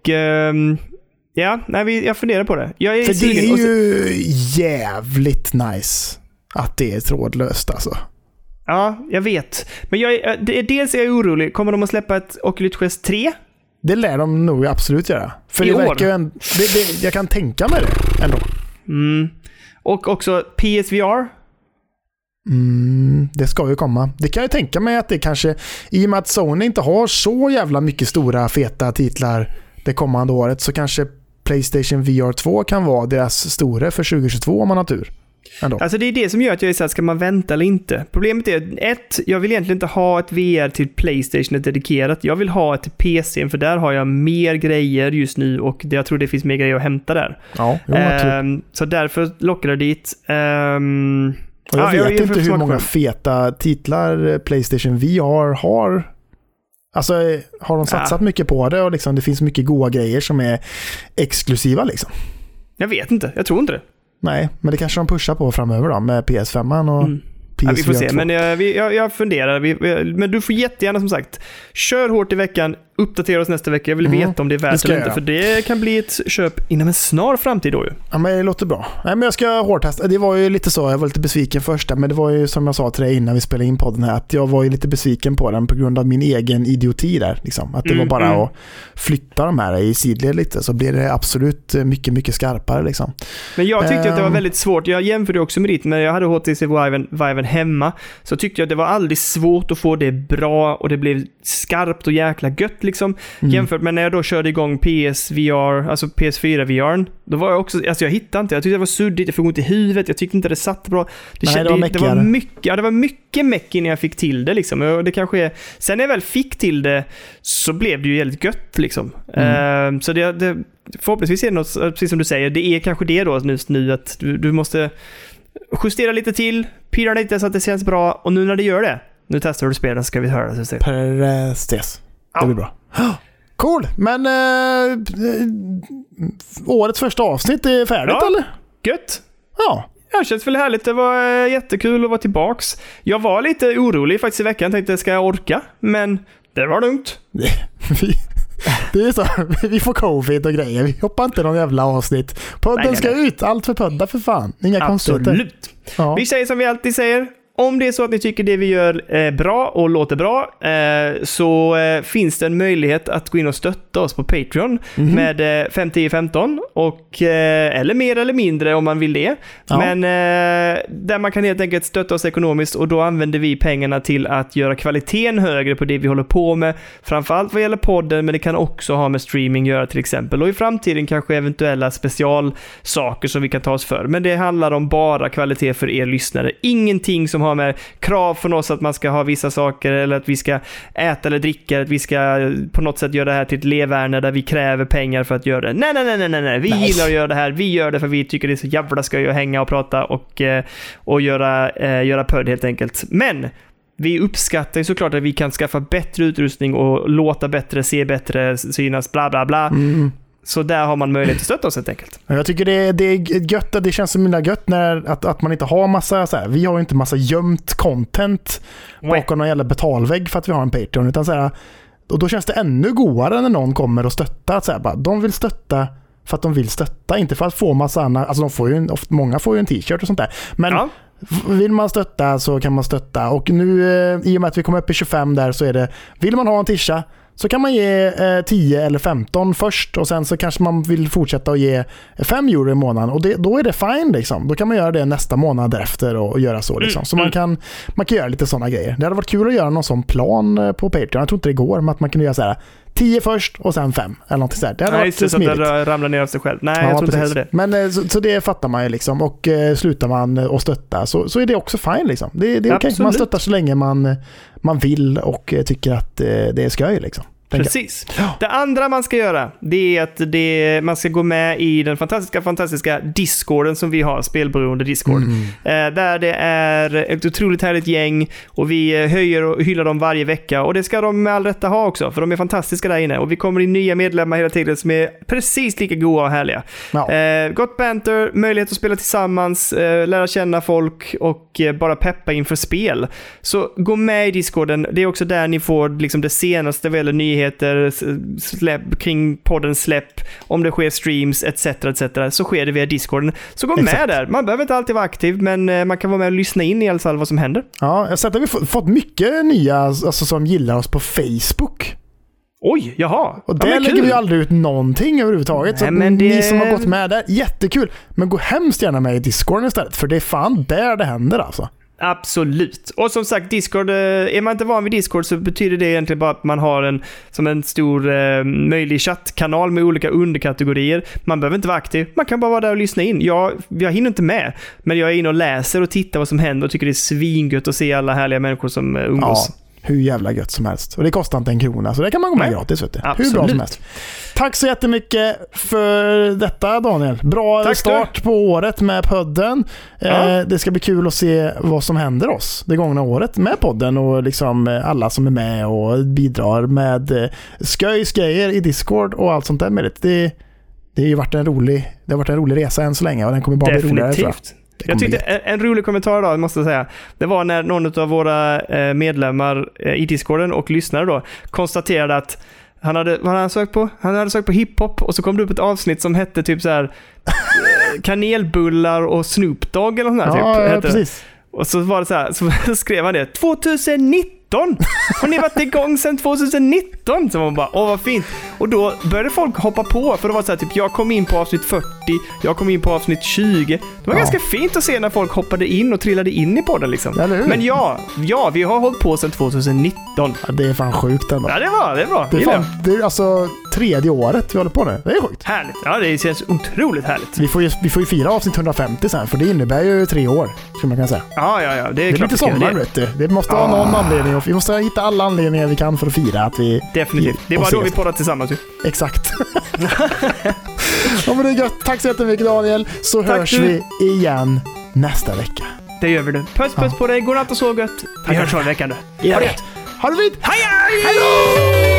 jag funderar på det. Jag är
för det är ju jävligt nice att det är trådlöst alltså.
Ja, jag vet. Men dels är jag orolig. Kommer de att släppa ett Oculus Quest 3?
Det lär de nog absolut göra. För det verkar ju jag kan tänka mig det ändå.
Och också PSVR?
Det ska ju komma. Det kan jag tänka mig att det kanske, i och med att Sony inte har så jävla mycket stora feta titlar det kommande året, så kanske PlayStation VR 2 kan vara deras stora för 2022 om man har tur. Ändå.
Alltså det är det som gör att jag är så här, ska man vänta eller inte? Problemet är jag vill egentligen inte ha ett VR till PlayStation dedikerat. Jag vill ha ett till PC, för där har jag mer grejer just nu och jag tror det finns mer grejer att hämta där.
Ja,
så därför lockar jag dit.
Och jag vet inte hur många feta titlar PlayStation VR har. Alltså har de satsat mycket på det och liksom, det finns mycket goda grejer som är exklusiva liksom.
Jag vet inte, jag tror inte det.
Nej, men det kanske de pushar på framöver då med PS5 och PSVR 2.
Vi får se, men jag funderar. Men du får jättegärna som sagt, kör hårt i veckan, uppdatera oss nästa vecka. Jag vill veta om det är värt eller inte, för det kan bli ett köp inom en snar framtid då ju. Ja, men det låter bra. Nej, men jag ska hårdtesta. Det var ju lite så, jag var lite besviken första, men det var ju som jag sa till dig innan vi spelade in podden här, att jag var ju lite besviken på den på grund av min egen idioti där liksom. Att det var bara att flytta de här i sidled lite, så blir det absolut mycket, mycket skarpare liksom. Men jag tyckte att det var väldigt svårt. Jag jämförde också med ditt, men jag hade HTC Vive även hemma, så tyckte jag det var aldrig svårt att få det bra och det blev skarpt och jäkla gött liksom. Jämfört med när jag då körde igång PSVR, alltså PS4 VR, då var jag också, alltså jag hittade inte, jag tyckte det var suddigt, jag fick ont i huvudet, jag tyckte inte det satt bra. Det var mycket meck innan jag fick till det liksom. Och det kanske är, sen när jag väl fick till det så blev det ju väldigt gött liksom. Så det förhoppningsvis är det något, precis som du säger, det är kanske det då nu att du måste justera lite till, pirra lite så att det känns bra, och nu när det gör det, nu testar du spelet så ska vi höra det.
Precis. Det blir bra. Cool, men årets första avsnitt är färdigt eller?
Gött.
Ja.
Det känns väl härligt, det var jättekul att vara tillbaks. Jag var lite orolig faktiskt i veckan, tänkte ska jag orka, men det var lugnt.
Det är så, vi får covid och grejer. Vi hoppar inte någon jävla avsnitt. Podden ska ut, allt för poddar för fan. Inga konstigheter.
Absolut. Ja. Vi säger som vi alltid säger. Om det är så att ni tycker det vi gör är bra och låter bra, så finns det en möjlighet att gå in och stötta oss på Patreon med 5-10-15 och eller mer eller mindre om man vill det. Ja. Men där man kan helt enkelt stötta oss ekonomiskt, och då använder vi pengarna till att göra kvaliteten högre på det vi håller på med. Framförallt vad gäller podden, men det kan också ha med streaming göra till exempel. Och i framtiden kanske eventuella specialsaker som vi kan ta oss för. Men det handlar om bara kvalitet för er lyssnare. Ingenting som har med krav från oss att man ska ha vissa saker, eller att vi ska äta eller dricka, att vi ska på något sätt göra det här till ett leverne där vi kräver pengar för att göra det. Nej. Vi gillar att göra det här. Vi gör det för vi tycker det är så jävla skoj att hänga och prata och göra podd helt enkelt. Men vi uppskattar ju såklart att vi kan skaffa bättre utrustning och låta bättre, se bättre, synas, bla bla bla. Så där har man möjlighet att stötta oss helt enkelt.
Jag tycker det är gött, det känns som mina gött när att man inte har massa så här, vi har ju inte massa gömt content bakom någon jävla betalvägg för att vi har en Patreon, utan så här, och då känns det ännu godare när någon kommer och stöttar, att så här, bara, de vill stötta för att de vill stötta, inte för att få massa annat, alltså de får ju många får ju en t-shirt och sånt där, men vill man stötta så kan man stötta, och nu i och med att vi kommer upp i 25 där, så är det, vill man ha en tisha så kan man ge 10 eller 15 först, och sen så kanske man vill fortsätta att ge 5 euro i månaden, och då är det fine liksom. Då kan man göra det nästa månad därefter och göra så liksom. Så man kan göra lite sådana grejer. Det hade varit kul att göra någon sån plan på Patreon. Jag tror inte det går, men att man kan göra så här 10 först och sen 5 eller något sådär. Det hade varit
så att det ramlar ner av sig själv. Nej, jag tror inte heller det.
Men så det fattar man ju liksom, och slutar man att stötta så är det också fine liksom. Det är okej. Man stöttar så länge man vill och tycker att det är skoj liksom.
Precis. Det andra man ska göra, det är att man ska gå med i den fantastiska Discorden som vi har, spelberoende Discord. Där det är ett otroligt härligt gäng, och vi höjer och hyllar dem varje vecka, och det ska de med all rätta ha också, för de är fantastiska där inne, och vi kommer in nya medlemmar hela tiden som är precis lika goda och härliga. Gott banter, möjlighet att spela tillsammans, lära känna folk och bara peppa inför spel. Så gå med i Discorden, det är också där ni får liksom det senaste väl nyheter, släpp, kring poddens släpp, om det sker streams etc. så sker det via Discorden. Så gå med där. Man behöver inte alltid vara aktiv, men man kan vara med och lyssna in i alla fall vad som händer. Ja, jag har sett att vi fått mycket nya alltså, som gillar oss på Facebook. Oj, jaha. Och där lägger vi aldrig ut någonting överhuvudtaget. Så ni som har gått med där, jättekul. Men gå hemskt gärna med i Discorden istället, för det är fan där det händer alltså. Absolut. Och som sagt, Discord, är man inte van vid Discord så betyder det egentligen bara att man har en stor möjlig chattkanal med olika underkategorier. Man behöver inte vara aktiv, man kan bara vara där och lyssna in. Jag hinner inte med, men jag är inne och läser och tittar vad som händer och tycker det är svingött att se alla härliga människor som umgås. Ja. Hur jävla gött som helst. Och det kostar inte en krona, så det kan man gå med gratis. Vet du. Hur bra som helst. Tack så jättemycket för detta, Daniel. Bra start på året med podden. Det ska bli kul att se vad som händer oss det gångna året med podden, och liksom alla som är med och bidrar med skojsgrejer i Discord och allt sånt där med det. Det har ju varit en rolig resa än så länge, och den kommer bara bli roligare, tror jag. Jag tyckte en rolig kommentar då, måste jag säga. Det var när någon av våra medlemmar i Discorden och lyssnare då konstaterade att han hade sökt på hiphop, och så kom det upp ett avsnitt som hette typ så här kanelbullar och Snoop Dogg eller något sånt där, typ. Ja, precis. Och så var det så här, så skrev han det 2019 Har ni varit igång sedan 2019? Så man bara, vad fint. Och då började folk hoppa på, för det var så här typ, jag kom in på avsnitt 40, jag kom in på avsnitt 20. Det var ganska fint att se när folk hoppade in och trillade in i podden liksom. Men ja, vi har hållit på sedan 2019.
Ja, det är fan sjukt ändå.
Ja, det är bra.
Det är alltså 3:e året vi håller på nu. Det är sjukt.
Härligt. Ja, det känns otroligt härligt.
Vi får ju fira avsnitt 150 sen, för det innebär ju 3 år, skulle man kunna säga.
Ja. Det är klart
lite sommar, vet du. Vi måste ha någon anledning. Vi måste hitta alla anledningar vi kan för att fira att vi...
Definitivt. Det är bara då vi poddar tillsammans ju.
Exakt. Ja, men det är gött. Tack så jättemycket, Daniel. Så hörs vi igen nästa vecka.
Det gör vi du. Puss på dig. Godnatt och så gött. Vi hörs om veckan då.
Ha det gött. Ha det fint.
Hej då!